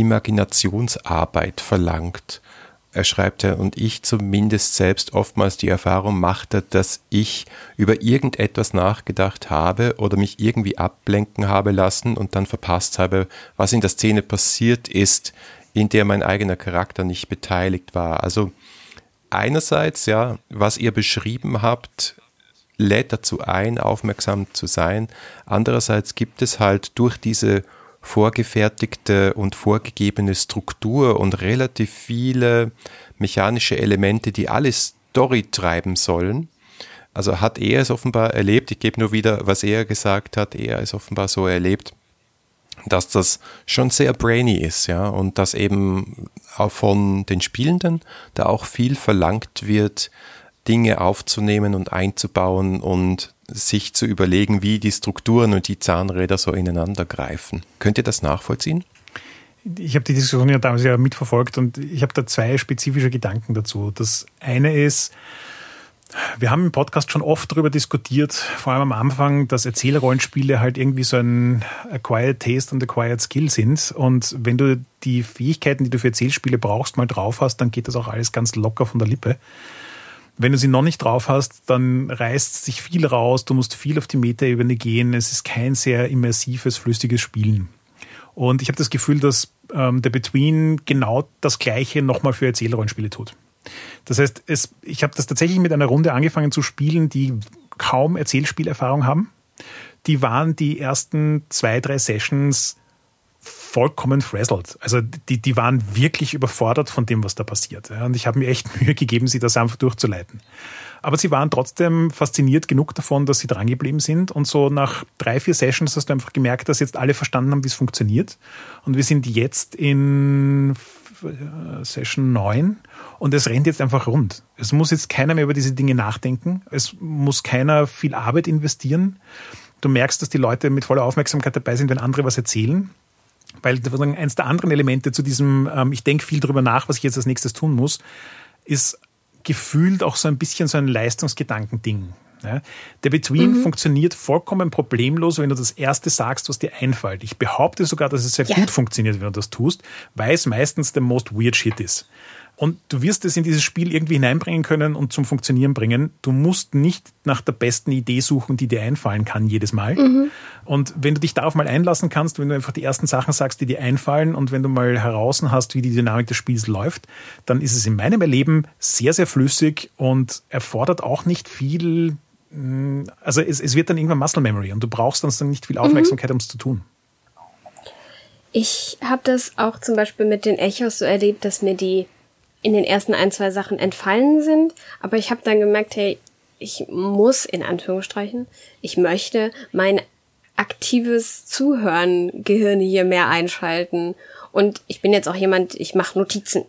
Imaginationsarbeit verlangt. Er schreibt ja, und ich zumindest selbst oftmals die Erfahrung machte, dass ich über irgendetwas nachgedacht habe oder mich irgendwie ablenken habe lassen und dann verpasst habe, was in der Szene passiert ist, in der mein eigener Charakter nicht beteiligt war. Also einerseits, ja, was ihr beschrieben habt, lädt dazu ein, aufmerksam zu sein. Andererseits gibt es halt durch diese vorgefertigte und vorgegebene Struktur und relativ viele mechanische Elemente, die alles Story treiben sollen. Also hat er es offenbar erlebt, ich gebe nur wieder, was er gesagt hat, er es offenbar so erlebt, dass das schon sehr brainy ist, ja, und dass eben auch von den Spielenden da auch viel verlangt wird, Dinge aufzunehmen und einzubauen und sich zu überlegen, wie die Strukturen und die Zahnräder so ineinander greifen. Könnt ihr das nachvollziehen? Ich habe die Diskussion ja damals ja mitverfolgt und ich habe da 2 spezifische Gedanken dazu. Das eine ist, wir haben im Podcast schon oft darüber diskutiert, vor allem am Anfang, dass Erzählrollenspiele halt irgendwie so ein Acquired Taste und Acquired Skill sind. Und wenn du die Fähigkeiten, die du für Erzählspiele brauchst, mal drauf hast, dann geht das auch alles ganz locker von der Lippe. Wenn du sie noch nicht drauf hast, dann reißt sich viel raus, du musst viel auf die Metaebene gehen. Es ist kein sehr immersives, flüssiges Spielen. Und ich habe das Gefühl, dass The Between genau das Gleiche nochmal für Erzählrollenspiele tut. Das heißt, ich habe das tatsächlich mit einer Runde angefangen zu spielen, die kaum Erzählspielerfahrung haben. Die waren die ersten 2, 3 Sessions vollkommen frazzled. Also die waren wirklich überfordert von dem, was da passiert. Und ich habe mir echt Mühe gegeben, sie da sanft durchzuleiten. Aber sie waren trotzdem fasziniert genug davon, dass sie dran geblieben sind. Und so nach 3, 4 Sessions hast du einfach gemerkt, dass jetzt alle verstanden haben, wie es funktioniert. Und wir sind jetzt in Session 9 und es rennt jetzt einfach rund. Es muss jetzt keiner mehr über diese Dinge nachdenken. Es muss keiner viel Arbeit investieren. Du merkst, dass die Leute mit voller Aufmerksamkeit dabei sind, wenn andere was erzählen. Weil eines der anderen Elemente zu diesem, ich denke viel drüber nach, was ich jetzt als nächstes tun muss, ist gefühlt auch so ein bisschen so ein Leistungsgedankending. Ja? Der Between funktioniert vollkommen problemlos, wenn du das Erste sagst, was dir einfällt. Ich behaupte sogar, dass es sehr gut funktioniert, wenn du das tust, weil es meistens der most weird shit ist. Und du wirst es in dieses Spiel irgendwie hineinbringen können und zum Funktionieren bringen. Du musst nicht nach der besten Idee suchen, die dir einfallen kann jedes Mal. Und wenn du dich darauf mal einlassen kannst, wenn du einfach die ersten Sachen sagst, die dir einfallen und wenn du mal heraus hast, wie die Dynamik des Spiels läuft, dann ist es in meinem Erleben sehr, sehr flüssig und erfordert auch nicht viel. Also es wird dann irgendwann Muscle Memory und du brauchst dann nicht viel Aufmerksamkeit, um es zu tun. Ich habe das auch zum Beispiel mit den Echos so erlebt, dass mir die in den ersten 1, 2 Sachen entfallen sind. Aber ich habe dann gemerkt, hey, ich muss, in Anführungsstrichen, ich möchte mein aktives Zuhören-Gehirn hier mehr einschalten. Und ich bin jetzt auch jemand, ich mache Notizen.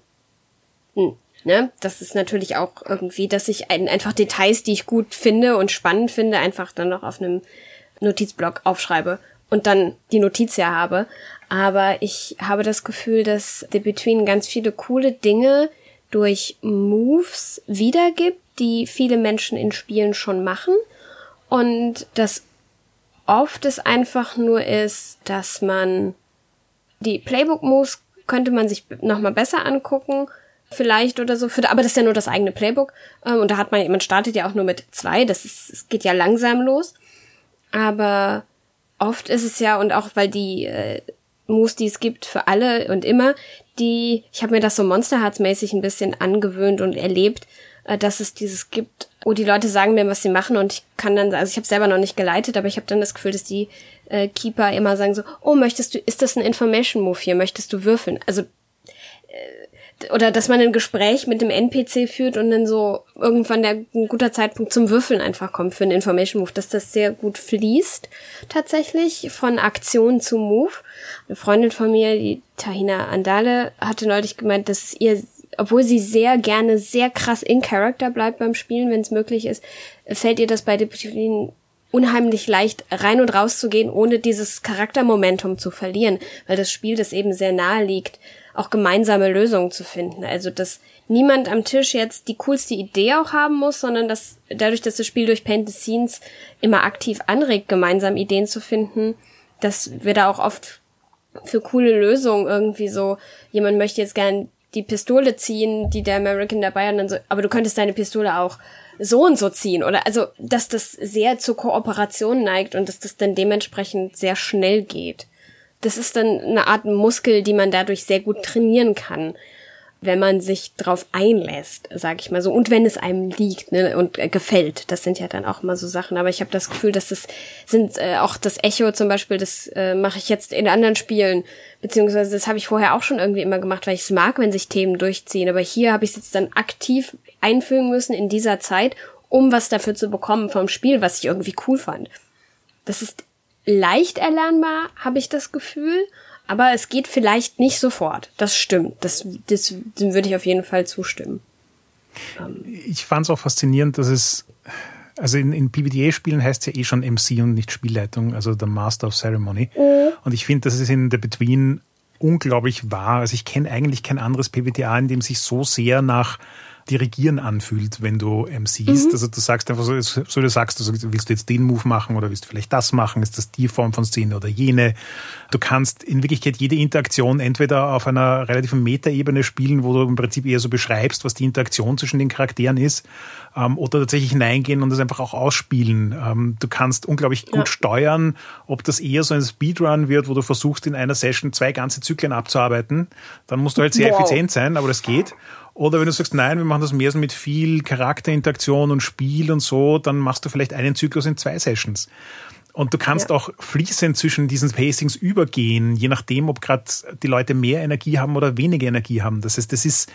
Ne? Das ist natürlich auch irgendwie, dass ich einfach Details, die ich gut finde und spannend finde, einfach dann noch auf einem Notizblock aufschreibe und dann die Notiz ja habe. Aber ich habe das Gefühl, dass The Between ganz viele coole Dinge durch Moves wiedergibt, die viele Menschen in Spielen schon machen. Und dass oft es einfach nur ist, dass man die Playbook-Moves könnte man sich nochmal besser angucken, vielleicht oder so. Aber das ist ja nur das eigene Playbook. Und da man startet ja auch nur mit 2. Es geht ja langsam los. Aber oft ist es ja, und auch weil die Moves, die es gibt für alle und immer, ich habe mir das so Monster Hearts-mäßig ein bisschen angewöhnt und erlebt, dass es dieses gibt, wo die Leute sagen mir, was sie machen und ich kann dann, also ich habe selber noch nicht geleitet, aber ich habe dann das Gefühl, dass die Keeper immer sagen so, oh, ist das ein Information-Move hier, möchtest du würfeln? Also oder dass man ein Gespräch mit dem NPC führt und dann so irgendwann ein guter Zeitpunkt zum Würfeln einfach kommt für einen Information Move, dass das sehr gut fließt tatsächlich von Aktion zu Move. Eine Freundin von mir, die Tahina Andale, hatte neulich gemeint, dass es ihr, obwohl sie sehr gerne sehr krass in Character bleibt beim Spielen, wenn es möglich ist, fällt ihr das bei Between unheimlich leicht rein und raus zu gehen, ohne dieses Charaktermomentum zu verlieren, weil das Spiel das eben sehr nahe liegt, auch gemeinsame Lösungen zu finden. Also, dass niemand am Tisch jetzt die coolste Idee auch haben muss, sondern dass dadurch, dass das Spiel durch Paint the Scenes immer aktiv anregt, gemeinsam Ideen zu finden, dass wir da auch oft für coole Lösungen irgendwie so, jemand möchte jetzt gern die Pistole ziehen, die der American dabei hat, und dann so, aber du könntest deine Pistole auch so und so ziehen, oder also, dass das sehr zur Kooperation neigt und dass das dann dementsprechend sehr schnell geht. Das ist dann eine Art Muskel, die man dadurch sehr gut trainieren kann. wenn man sich drauf einlässt, sag ich mal so, und wenn es einem liegt, ne, und gefällt. Das sind ja dann auch immer so Sachen, aber ich habe das Gefühl, dass das sind auch das Echo zum Beispiel, das mache ich jetzt in anderen Spielen, beziehungsweise das habe ich vorher auch schon irgendwie immer gemacht, weil ich es mag, wenn sich Themen durchziehen, aber hier habe ich es jetzt dann aktiv einfügen müssen in dieser Zeit, um was dafür zu bekommen vom Spiel, was ich irgendwie cool fand. Das ist leicht erlernbar, habe ich das Gefühl, aber es geht vielleicht nicht sofort. Das stimmt. Dem würde ich auf jeden Fall zustimmen. Ich fand es auch faszinierend, dass es, also in PBTA-Spielen heißt es ja eh schon MC und nicht Spielleitung, also der Master of Ceremony. Und ich finde, dass es in The Between unglaublich war. Also ich kenne eigentlich kein anderes PBTA, in dem sich so sehr nach Dirigieren anfühlt, wenn du MCst. Also du sagst einfach so du sagst, also willst du jetzt den Move machen oder willst du vielleicht das machen? Ist das die Form von Szene oder jene? Du kannst in Wirklichkeit jede Interaktion entweder auf einer relativen Metaebene spielen, wo du im Prinzip eher so beschreibst, was die Interaktion zwischen den Charakteren ist, oder tatsächlich hineingehen und das einfach auch ausspielen. Du kannst unglaublich gut steuern, ob das eher so ein Speedrun wird, wo du versuchst, in einer Session 2 ganze Zyklen abzuarbeiten. Dann musst du halt sehr effizient sein, aber das geht. Oder wenn du sagst, nein, wir machen das mehr so mit viel Charakterinteraktion und Spiel und so, dann machst du vielleicht einen Zyklus in 2 Sessions. Und du kannst auch fließend zwischen diesen Pacings übergehen, je nachdem, ob gerade die Leute mehr Energie haben oder weniger Energie haben. Das heißt, das ist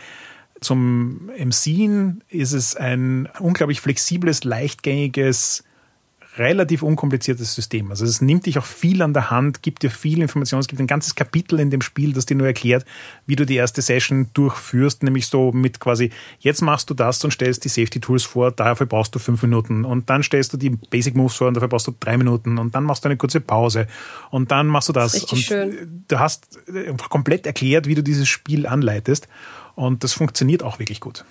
zum MCen ist es ein unglaublich flexibles, leichtgängiges, relativ unkompliziertes System. Also es nimmt dich auch viel an der Hand, gibt dir viel Information. Es gibt ein ganzes Kapitel in dem Spiel, das dir nur erklärt, wie du die erste Session durchführst, nämlich so mit quasi, jetzt machst du das und stellst die Safety Tools vor, dafür brauchst du 5 Minuten und dann stellst du die Basic Moves vor und dafür brauchst du 3 Minuten und dann machst du eine kurze Pause und dann machst du das. Das ist richtig schön. Du hast einfach komplett erklärt, wie du dieses Spiel anleitest und das funktioniert auch wirklich gut.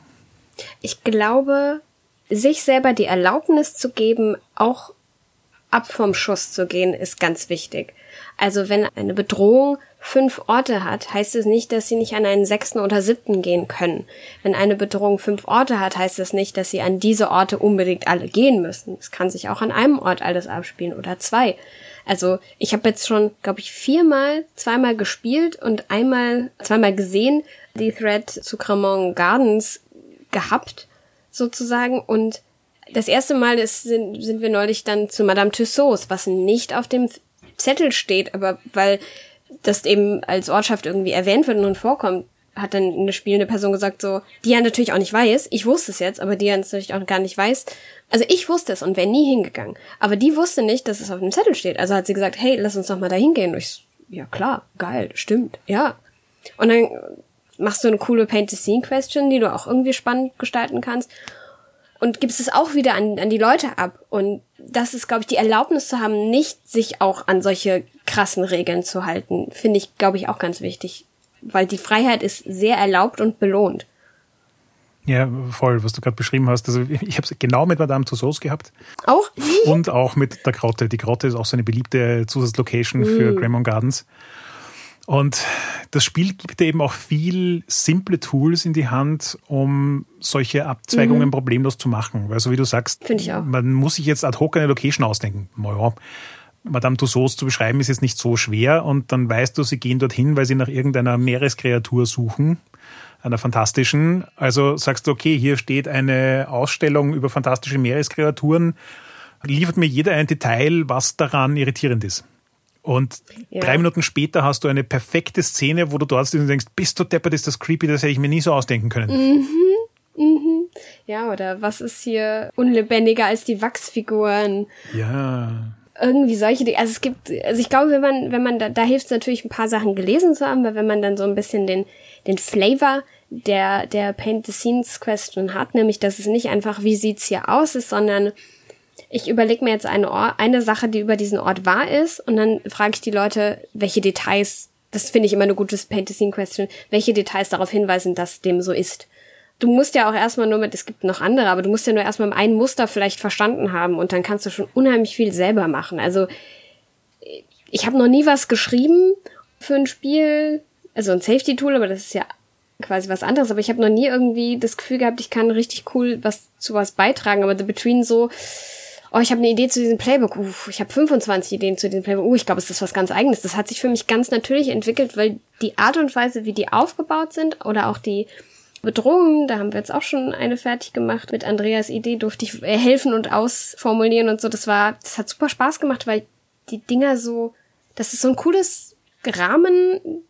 Ich glaube, sich selber die Erlaubnis zu geben, auch ab vom Schuss zu gehen, ist ganz wichtig. Also wenn eine Bedrohung 5 Orte hat, heißt es nicht, dass sie nicht an einen 6. oder 7. gehen können. Wenn eine Bedrohung 5 Orte hat, heißt es nicht, dass sie an diese Orte unbedingt alle gehen müssen. Es kann sich auch an einem Ort alles abspielen oder 2. Also ich habe jetzt schon, glaube ich, 2-mal gespielt und 2-mal gesehen, die Thread zu Cremont Gardens gehabt, sozusagen. Und das erste Mal sind wir neulich dann zu Madame Tussauds, was nicht auf dem Zettel steht, aber weil das eben als Ortschaft irgendwie erwähnt wird und vorkommt, hat dann eine spielende Person gesagt so, die ja natürlich auch nicht weiß, ich wusste es jetzt, aber die ja natürlich auch gar nicht weiß. Also ich wusste es und wäre nie hingegangen. Aber die wusste nicht, dass es auf dem Zettel steht. Also hat sie gesagt, hey, lass uns doch mal da hingehen. Und ich, ja klar, geil, stimmt, ja. Und dann machst du eine coole Paint-the-Scene-Question, die du auch irgendwie spannend gestalten kannst. Und gibst es auch wieder an die Leute ab. Und das ist, glaube ich, die Erlaubnis zu haben, nicht sich auch an solche krassen Regeln zu halten, finde ich, glaube ich, auch ganz wichtig. Weil die Freiheit ist sehr erlaubt und belohnt. Ja, voll, was du gerade beschrieben hast. Also ich habe es genau mit Madame Tussauds gehabt. Auch? Und auch mit der Grotte. Die Grotte ist auch so eine beliebte Zusatzlocation für Cremont Gardens. Und das Spiel gibt dir eben auch viel simple Tools in die Hand, um solche Abzweigungen problemlos zu machen. Weil so wie du sagst, finde ich auch. Man muss sich jetzt ad hoc eine Location ausdenken. Naja, Madame Tussauds zu beschreiben ist jetzt nicht so schwer und dann weißt du, sie gehen dorthin, weil sie nach irgendeiner Meereskreatur suchen, einer fantastischen. Also sagst du, okay, hier steht eine Ausstellung über fantastische Meereskreaturen, liefert mir jeder ein Detail, was daran irritierend ist. Und 3 Minuten später hast du eine perfekte Szene, wo du dort sitzt und denkst, bist du deppert, ist das creepy, das hätte ich mir nie so ausdenken können. Ja, oder was ist hier unlebendiger als die Wachsfiguren? Ja. Irgendwie solche Dinge. Also ich glaube, wenn man da hilft es natürlich ein paar Sachen gelesen zu haben, weil wenn man dann so ein bisschen den Flavor der Paint the Scenes Question hat, nämlich, dass es nicht einfach, wie sieht's hier aus ist, sondern ich überlege mir jetzt eine Sache, die über diesen Ort wahr ist und dann frage ich die Leute, welche Details, das finde ich immer eine gute Paint-the-Scene-Question, welche Details darauf hinweisen, dass dem so ist. Du musst ja auch erstmal es gibt noch andere, aber du musst ja nur erstmal ein Muster vielleicht verstanden haben und dann kannst du schon unheimlich viel selber machen. Also ich habe noch nie was geschrieben für ein Spiel, also ein Safety-Tool, aber das ist ja quasi was anderes, aber ich habe noch nie irgendwie das Gefühl gehabt, ich kann richtig cool zu was beitragen, aber The Between so, oh, ich habe eine Idee zu diesem Playbook, ich habe 25 Ideen zu diesem Playbook, ich glaube, es ist was ganz Eigenes. Das hat sich für mich ganz natürlich entwickelt, weil die Art und Weise, wie die aufgebaut sind oder auch die Bedrohungen, da haben wir jetzt auch schon eine fertig gemacht. Mit Andreas Idee durfte ich helfen und ausformulieren und so. Das hat super Spaß gemacht, weil die Dinger so, das ist so ein cooles Rahmending,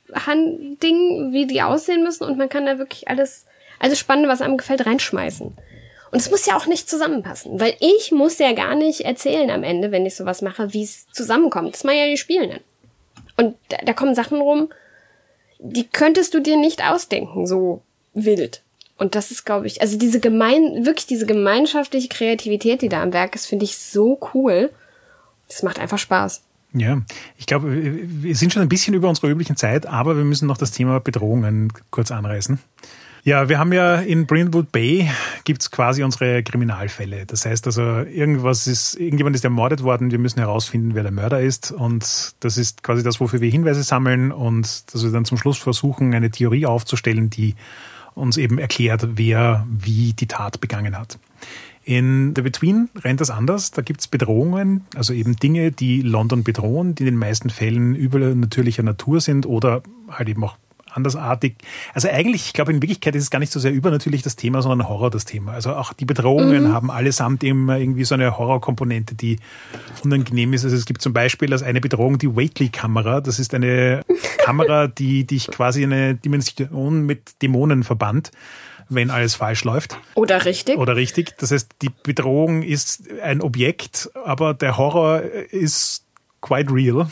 wie die aussehen müssen und man kann da wirklich alles Spannende, was einem gefällt, reinschmeißen. Und es muss ja auch nicht zusammenpassen, weil ich muss ja gar nicht erzählen am Ende, wenn ich sowas mache, wie es zusammenkommt. Das machen ja die Spielenden. Und da kommen Sachen rum, die könntest du dir nicht ausdenken, so wild. Und das ist, glaube ich, also diese gemeinschaftliche Kreativität, die da am Werk ist, finde ich so cool. Das macht einfach Spaß. Ja, ich glaube, wir sind schon ein bisschen über unserer üblichen Zeit, aber wir müssen noch das Thema Bedrohungen kurz anreißen. Ja, wir haben ja in Brindlewood Bay gibt's quasi unsere Kriminalfälle. Das heißt also, irgendjemand ist ermordet worden, wir müssen herausfinden, wer der Mörder ist. Und das ist quasi das, wofür wir Hinweise sammeln und dass wir dann zum Schluss versuchen, eine Theorie aufzustellen, die uns eben erklärt, wer wie die Tat begangen hat. In The Between rennt das anders. Da gibt's Bedrohungen, also eben Dinge, die London bedrohen, die in den meisten Fällen übernatürlicher Natur sind oder halt eben auch andersartig. Also eigentlich, ich glaube, in Wirklichkeit ist es gar nicht so sehr übernatürlich das Thema, sondern Horror das Thema. Also auch die Bedrohungen haben allesamt immer irgendwie so eine Horrorkomponente, die unangenehm ist. Also es gibt zum Beispiel als eine Bedrohung die Whately-Kamera. Das ist eine Kamera, die dich quasi in eine Dimension mit Dämonen verbannt, wenn alles falsch läuft. Oder richtig. Das heißt, die Bedrohung ist ein Objekt, aber der Horror ist quite real.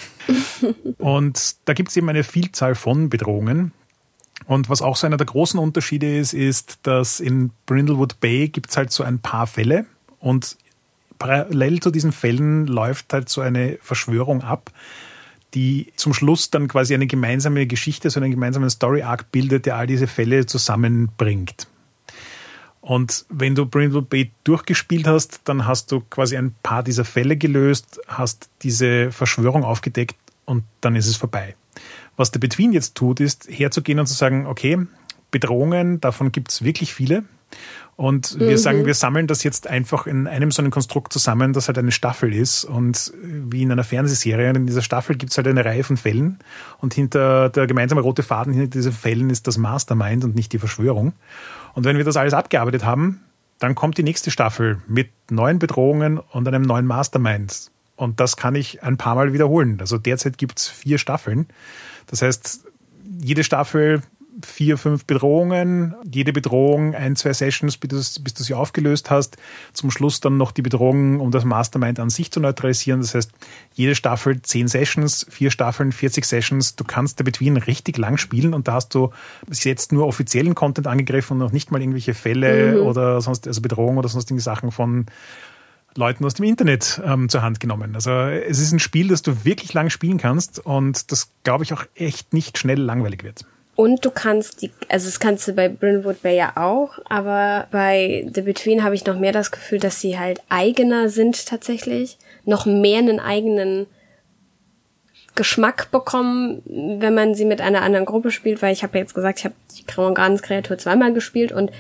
Und da gibt es eben eine Vielzahl von Bedrohungen. Und was auch so einer der großen Unterschiede ist, dass in Brindlewood Bay gibt es halt so ein paar Fälle und parallel zu diesen Fällen läuft halt so eine Verschwörung ab, die zum Schluss dann quasi eine gemeinsame Geschichte, so einen gemeinsamen Story-Arc bildet, der all diese Fälle zusammenbringt. Und wenn du Brindlewood Bay durchgespielt hast, dann hast du quasi ein paar dieser Fälle gelöst, hast diese Verschwörung aufgedeckt und dann ist es vorbei. Was The Between jetzt tut, ist herzugehen und zu sagen, okay, Bedrohungen, davon gibt es wirklich viele. Und wir sagen, wir sammeln das jetzt einfach in einem so einem Konstrukt zusammen, das halt eine Staffel ist. Und wie in einer Fernsehserie, in dieser Staffel gibt es halt eine Reihe von Fällen. Und hinter der gemeinsame rote Faden hinter diesen Fällen ist das Mastermind und nicht die Verschwörung. Und wenn wir das alles abgearbeitet haben, dann kommt die nächste Staffel mit neuen Bedrohungen und einem neuen Mastermind. Und das kann ich ein paar Mal wiederholen. Also derzeit gibt es 4 Staffeln. Das heißt, jede Staffel 4, 5 Bedrohungen, jede Bedrohung 1, 2 Sessions, bis du sie aufgelöst hast. Zum Schluss dann noch die Bedrohung, um das Mastermind an sich zu neutralisieren. Das heißt, jede Staffel 10 Sessions, 4 Staffeln, 40 Sessions. Du kannst The Between richtig lang spielen und da hast du bis jetzt nur offiziellen Content angegriffen und noch nicht mal irgendwelche Fälle oder sonst, also Bedrohungen oder sonstige Sachen von Leuten aus dem Internet zur Hand genommen. Also es ist ein Spiel, das du wirklich lang spielen kannst und das, glaube ich, auch echt nicht schnell langweilig wird. Und du kannst das kannst du bei Brindlewood Bay ja auch, aber bei The Between habe ich noch mehr das Gefühl, dass sie halt eigener sind tatsächlich, noch mehr einen eigenen Geschmack bekommen, wenn man sie mit einer anderen Gruppe spielt, weil ich habe ja jetzt gesagt, ich habe die Grauengans Kreatur 2-mal gespielt und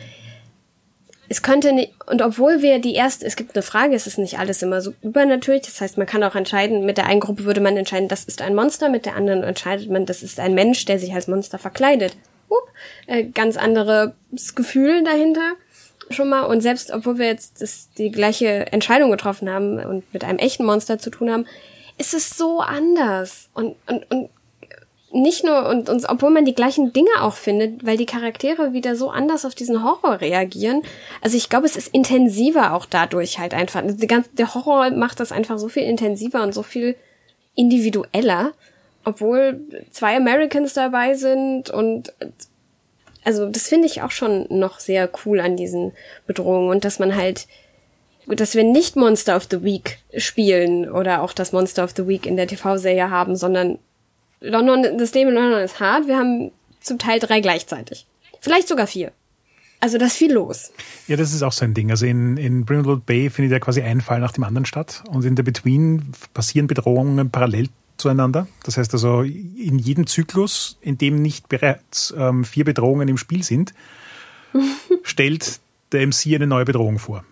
es könnte nicht, und obwohl wir es gibt eine Frage, es ist nicht alles immer so übernatürlich, das heißt, man kann auch entscheiden, mit der einen Gruppe würde man entscheiden, das ist ein Monster, mit der anderen entscheidet man, das ist ein Mensch, der sich als Monster verkleidet. Ganz anderes Gefühl dahinter schon mal, und selbst obwohl wir jetzt die gleiche Entscheidung getroffen haben und mit einem echten Monster zu tun haben, ist es so anders und nicht nur, und obwohl man die gleichen Dinge auch findet, weil die Charaktere wieder so anders auf diesen Horror reagieren. Also ich glaube, es ist intensiver auch dadurch halt einfach. Der Horror macht das einfach so viel intensiver und so viel individueller, obwohl 2 Americans dabei sind und also das finde ich auch schon noch sehr cool an diesen Bedrohungen und dass wir nicht Monster of the Week spielen oder auch das Monster of the Week in der TV-Serie haben, sondern das Leben in London ist hart. Wir haben zum Teil 3 gleichzeitig. Vielleicht sogar 4. Also da ist viel los. Ja, das ist auch so ein Ding. Also in Brindlewood Bay findet ja quasi ein Fall nach dem anderen statt. Und in The Between passieren Bedrohungen parallel zueinander. Das heißt also, in jedem Zyklus, in dem nicht bereits 4 Bedrohungen im Spiel sind, stellt der MC eine neue Bedrohung vor.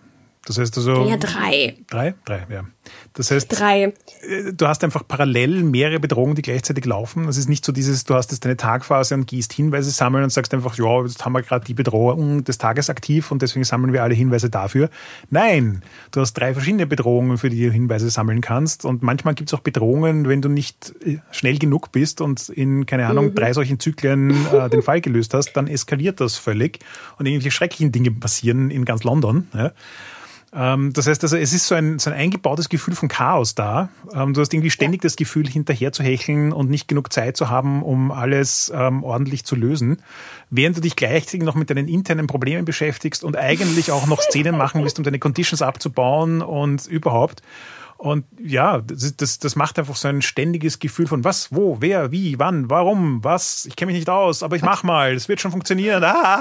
Das heißt also... Ja, 3. 3, ja. Das heißt, 3. Du hast einfach parallel mehrere Bedrohungen, die gleichzeitig laufen. Es ist nicht so dieses, du hast jetzt deine Tagphase und gehst Hinweise sammeln und sagst einfach, ja, jetzt haben wir gerade die Bedrohung des Tages aktiv und deswegen sammeln wir alle Hinweise dafür. Nein, du hast 3 verschiedene Bedrohungen, für die du Hinweise sammeln kannst. Und manchmal gibt es auch Bedrohungen, wenn du nicht schnell genug bist und in, keine Ahnung, 3 solchen Zyklen den Fall gelöst hast, dann eskaliert das völlig und irgendwelche schrecklichen Dinge passieren in ganz London. Ja. Das heißt also, es ist so ein eingebautes Gefühl von Chaos da. Du hast irgendwie ständig das Gefühl, hinterher zu hecheln und nicht genug Zeit zu haben, um alles ordentlich zu lösen, während du dich gleichzeitig noch mit deinen internen Problemen beschäftigst und eigentlich auch noch Szenen machen willst, um deine Conditions abzubauen und überhaupt. Und ja, das macht einfach so ein ständiges Gefühl von was, wo, wer, wie, wann, warum, was, ich kenne mich nicht aus, aber ich mach mal, es wird schon funktionieren.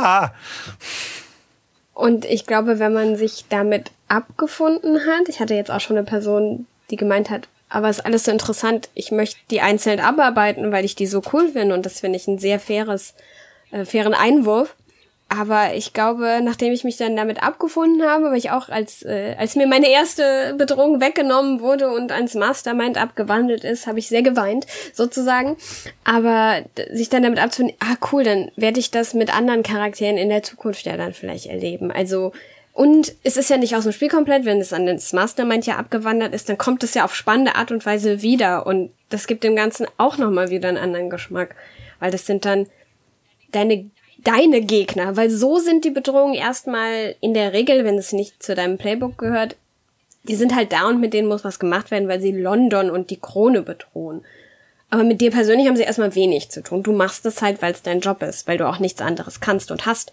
Und ich glaube, wenn man sich damit abgefunden hat, ich hatte jetzt auch schon eine Person, die gemeint hat, aber es ist alles so interessant, ich möchte die einzeln abarbeiten, weil ich die so cool finde und das finde ich ein sehr fairen Einwurf. Aber ich glaube, nachdem ich mich dann damit abgefunden habe, weil ich auch als mir meine erste Bedrohung weggenommen wurde und ans Mastermind abgewandelt ist, habe ich sehr geweint, sozusagen. Aber sich dann damit abzufinden, cool, dann werde ich das mit anderen Charakteren in der Zukunft ja dann vielleicht erleben. Also, und es ist ja nicht aus dem Spiel komplett, wenn es an das Mastermind ja abgewandert ist, dann kommt es ja auf spannende Art und Weise wieder. Und das gibt dem Ganzen auch nochmal wieder einen anderen Geschmack. Weil das sind dann deine Gegner, weil so sind die Bedrohungen erstmal in der Regel, wenn es nicht zu deinem Playbook gehört, die sind halt da und mit denen muss was gemacht werden, weil sie London und die Krone bedrohen. Aber mit dir persönlich haben sie erstmal wenig zu tun. Du machst es halt, weil es dein Job ist, weil du auch nichts anderes kannst und hast.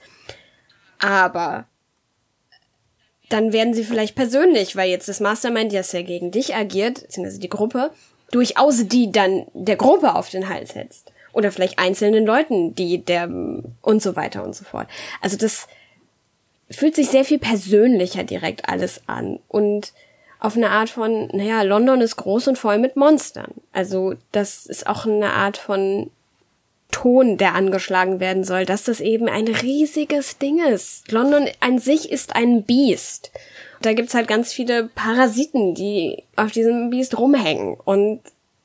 Aber dann werden sie vielleicht persönlich, weil jetzt das Mastermind ja sehr gegen dich agiert, beziehungsweise die Gruppe, durchaus die dann der Gruppe auf den Hals setzt. Oder vielleicht einzelnen Leuten, und so weiter und so fort. Also das fühlt sich sehr viel persönlicher direkt alles an. Und auf eine Art von, London ist groß und voll mit Monstern. Also das ist auch eine Art von Ton, der angeschlagen werden soll, dass das eben ein riesiges Ding ist. London an sich ist ein Biest. Da gibt's halt ganz viele Parasiten, die auf diesem Biest rumhängen. Und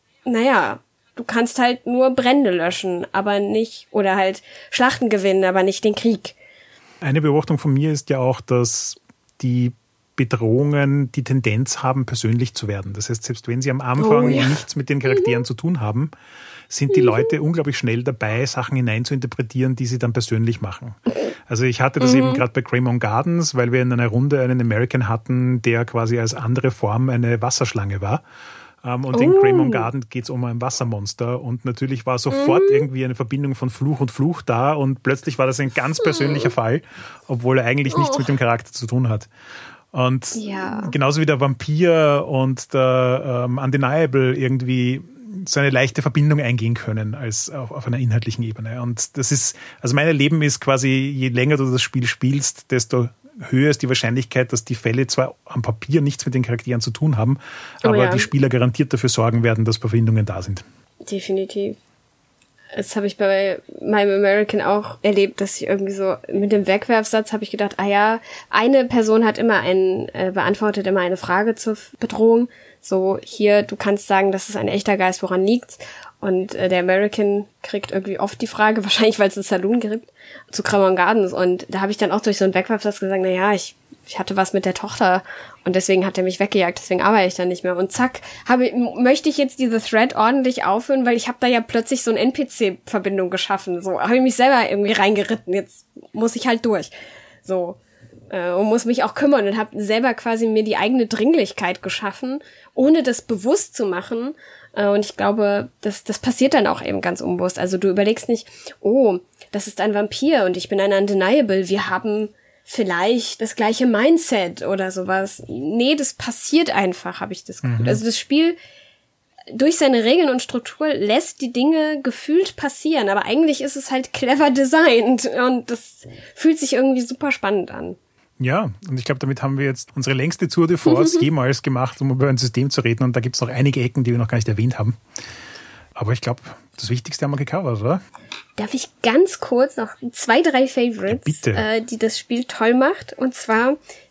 du kannst halt nur Brände löschen, aber nicht, oder halt Schlachten gewinnen, aber nicht den Krieg. Eine Beobachtung von mir ist ja auch, dass die Bedrohungen die Tendenz haben, persönlich zu werden. Das heißt, selbst wenn sie am Anfang nichts mit den Charakteren zu tun haben, sind die Leute unglaublich schnell dabei, Sachen hineinzuinterpretieren, die sie dann persönlich machen. Also ich hatte das eben gerade bei Greymon Gardens, weil wir in einer Runde einen American hatten, der quasi als andere Form eine Wasserschlange war. Und in Greymon Garden geht es um ein Wassermonster und natürlich war sofort irgendwie eine Verbindung von Fluch und Fluch da und plötzlich war das ein ganz persönlicher Fall, obwohl er eigentlich nichts mit dem Charakter zu tun hat. Und genauso wie der Vampir und der Undeniable irgendwie so eine leichte Verbindung eingehen können als auf einer inhaltlichen Ebene. Und das ist, also mein Erleben ist quasi, je länger du das Spiel spielst, desto höher ist die Wahrscheinlichkeit, dass die Fälle zwar am Papier nichts mit den Charakteren zu tun haben, aber die Spieler garantiert dafür sorgen werden, dass Verbindungen da sind. Definitiv. Das habe ich bei meinem American auch erlebt, dass ich irgendwie so mit dem Wegwerfsatz habe ich gedacht, eine Person hat immer beantwortet immer eine Frage zur Bedrohung. So, hier, du kannst sagen, das ist ein echter Geist, woran liegt's? Und der American kriegt irgendwie oft die Frage, wahrscheinlich weil es einen Saloon gibt, zu Greymon Gardens. Und da habe ich dann auch durch so einen Wegwerfsatz gesagt, ich hatte was mit der Tochter und deswegen hat er mich weggejagt, deswegen arbeite ich dann nicht mehr. Und zack, möchte ich jetzt diese Thread ordentlich aufhören, weil ich habe da ja plötzlich so eine NPC-Verbindung geschaffen. So, habe ich mich selber irgendwie reingeritten, jetzt muss ich halt durch. So, und muss mich auch kümmern und habe selber quasi mir die eigene Dringlichkeit geschaffen, ohne das bewusst zu machen. Und ich glaube, das passiert dann auch eben ganz unbewusst. Also du überlegst nicht, das ist ein Vampir und ich bin ein Undeniable, wir haben vielleicht das gleiche Mindset oder sowas. Nee, das passiert einfach, habe ich das Gefühl. Also das Spiel durch seine Regeln und Struktur lässt die Dinge gefühlt passieren, aber eigentlich ist es halt clever designt und das fühlt sich irgendwie super spannend an. Ja, und ich glaube, damit haben wir jetzt unsere längste Tour de Force jemals gemacht, um über ein System zu reden. Und da gibt es noch einige Ecken, die wir noch gar nicht erwähnt haben. Aber ich glaube, das Wichtigste haben wir gecovert, oder? Darf ich ganz kurz noch 2, 3 Favorites, ja, die das Spiel toll macht? Und zwar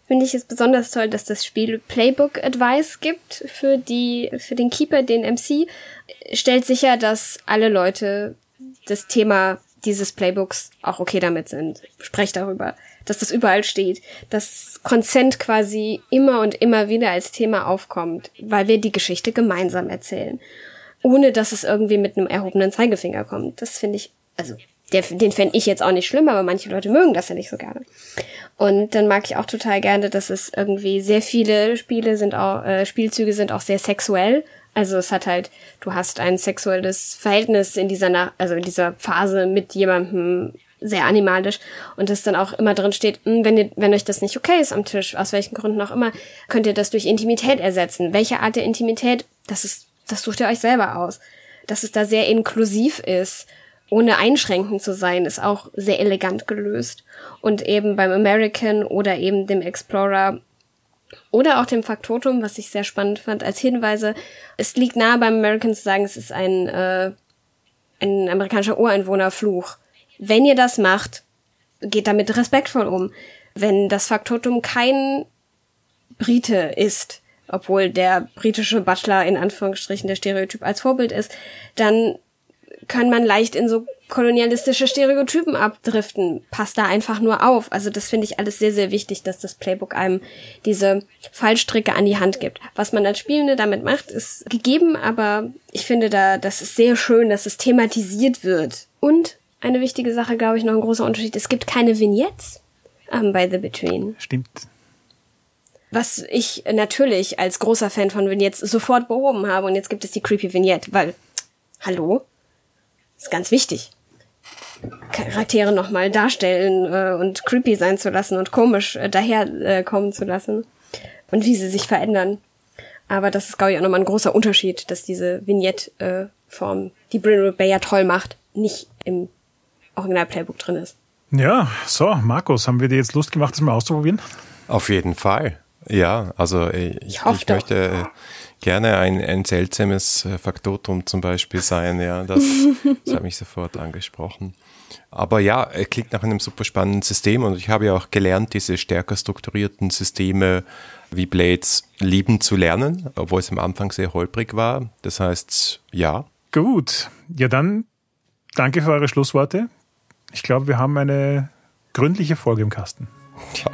finde ich es besonders toll, dass das Spiel Playbook Advice gibt für den Keeper, den MC. Stellt sicher, dass alle Leute das Thema dieses Playbooks auch okay damit sind. Sprecht darüber, dass das überall steht, dass Consent quasi immer und immer wieder als Thema aufkommt, weil wir die Geschichte gemeinsam erzählen, ohne dass es irgendwie mit einem erhobenen Zeigefinger kommt. Das finde ich, also den fände ich jetzt auch nicht schlimm, aber manche Leute mögen das ja nicht so gerne. Und dann mag ich auch total gerne, dass es irgendwie sehr viele Spielzüge sind auch sehr sexuell. Also es hat halt, du hast ein sexuelles Verhältnis in dieser Phase mit jemandem, sehr animalisch, und das dann auch immer drin steht, wenn euch das nicht okay ist am Tisch, aus welchen Gründen auch immer, könnt ihr das durch Intimität ersetzen. Welche Art der Intimität, das sucht ihr euch selber aus. Dass es da sehr inklusiv ist, ohne einschränkend zu sein, ist auch sehr elegant gelöst. Und eben beim American oder eben dem Explorer oder auch dem Faktotum, was ich sehr spannend fand, als Hinweise, es liegt nahe beim American zu sagen, es ist ein amerikanischer Ureinwohnerfluch. Wenn ihr das macht, geht damit respektvoll um. Wenn das Faktotum kein Brite ist, obwohl der britische Butler in Anführungsstrichen der Stereotyp als Vorbild ist, dann kann man leicht in so kolonialistische Stereotypen abdriften. Passt da einfach nur auf. Also das finde ich alles sehr, sehr wichtig, dass das Playbook einem diese Fallstricke an die Hand gibt. Was man als Spielende damit macht, ist gegeben, aber ich finde das ist sehr schön, dass es thematisiert wird. Und eine wichtige Sache, glaube ich, noch ein großer Unterschied, es gibt keine Vignettes bei The Between. Stimmt. Was ich natürlich als großer Fan von Vignettes sofort behoben habe. Und jetzt gibt es die Creepy Vignette, weil, hallo? Ist ganz wichtig. Charaktere nochmal darstellen und creepy sein zu lassen und komisch daherkommen zu lassen. Und wie sie sich verändern. Aber das ist, glaube ich, auch nochmal ein großer Unterschied, dass diese Vignette-Form, die Brindlewood Bay ja toll macht, nicht im Original-Playbook drin ist. Ja, so, Markus, haben wir dir jetzt Lust gemacht, das mal auszuprobieren? Auf jeden Fall. Ja, also ich möchte gerne ein seltsames Faktotum zum Beispiel sein. Ja, das hat mich sofort angesprochen. Aber ja, es klingt nach einem super spannenden System und ich habe ja auch gelernt, diese stärker strukturierten Systeme wie Blades lieben zu lernen, obwohl es am Anfang sehr holprig war. Das heißt, ja. Gut, ja dann danke für eure Schlussworte. Ich glaube, wir haben eine gründliche Folge im Kasten. Ja.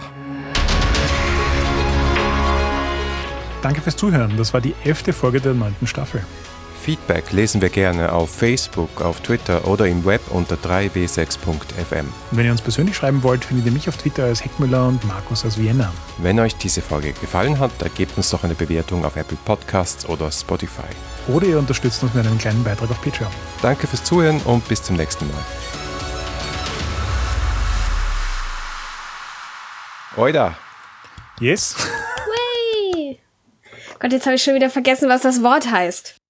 Danke fürs Zuhören. Das war die 11. Folge der 9. Staffel. Feedback lesen wir gerne auf Facebook, auf Twitter oder im Web unter 3w6.fm. Wenn ihr uns persönlich schreiben wollt, findet ihr mich auf Twitter als Heckmüller und Markus aus Vienna. Wenn euch diese Folge gefallen hat, dann gebt uns doch eine Bewertung auf Apple Podcasts oder Spotify. Oder ihr unterstützt uns mit einem kleinen Beitrag auf Patreon. Danke fürs Zuhören und bis zum nächsten Mal. Oida! Yes? Gott, jetzt habe ich schon wieder vergessen, was das Wort heißt.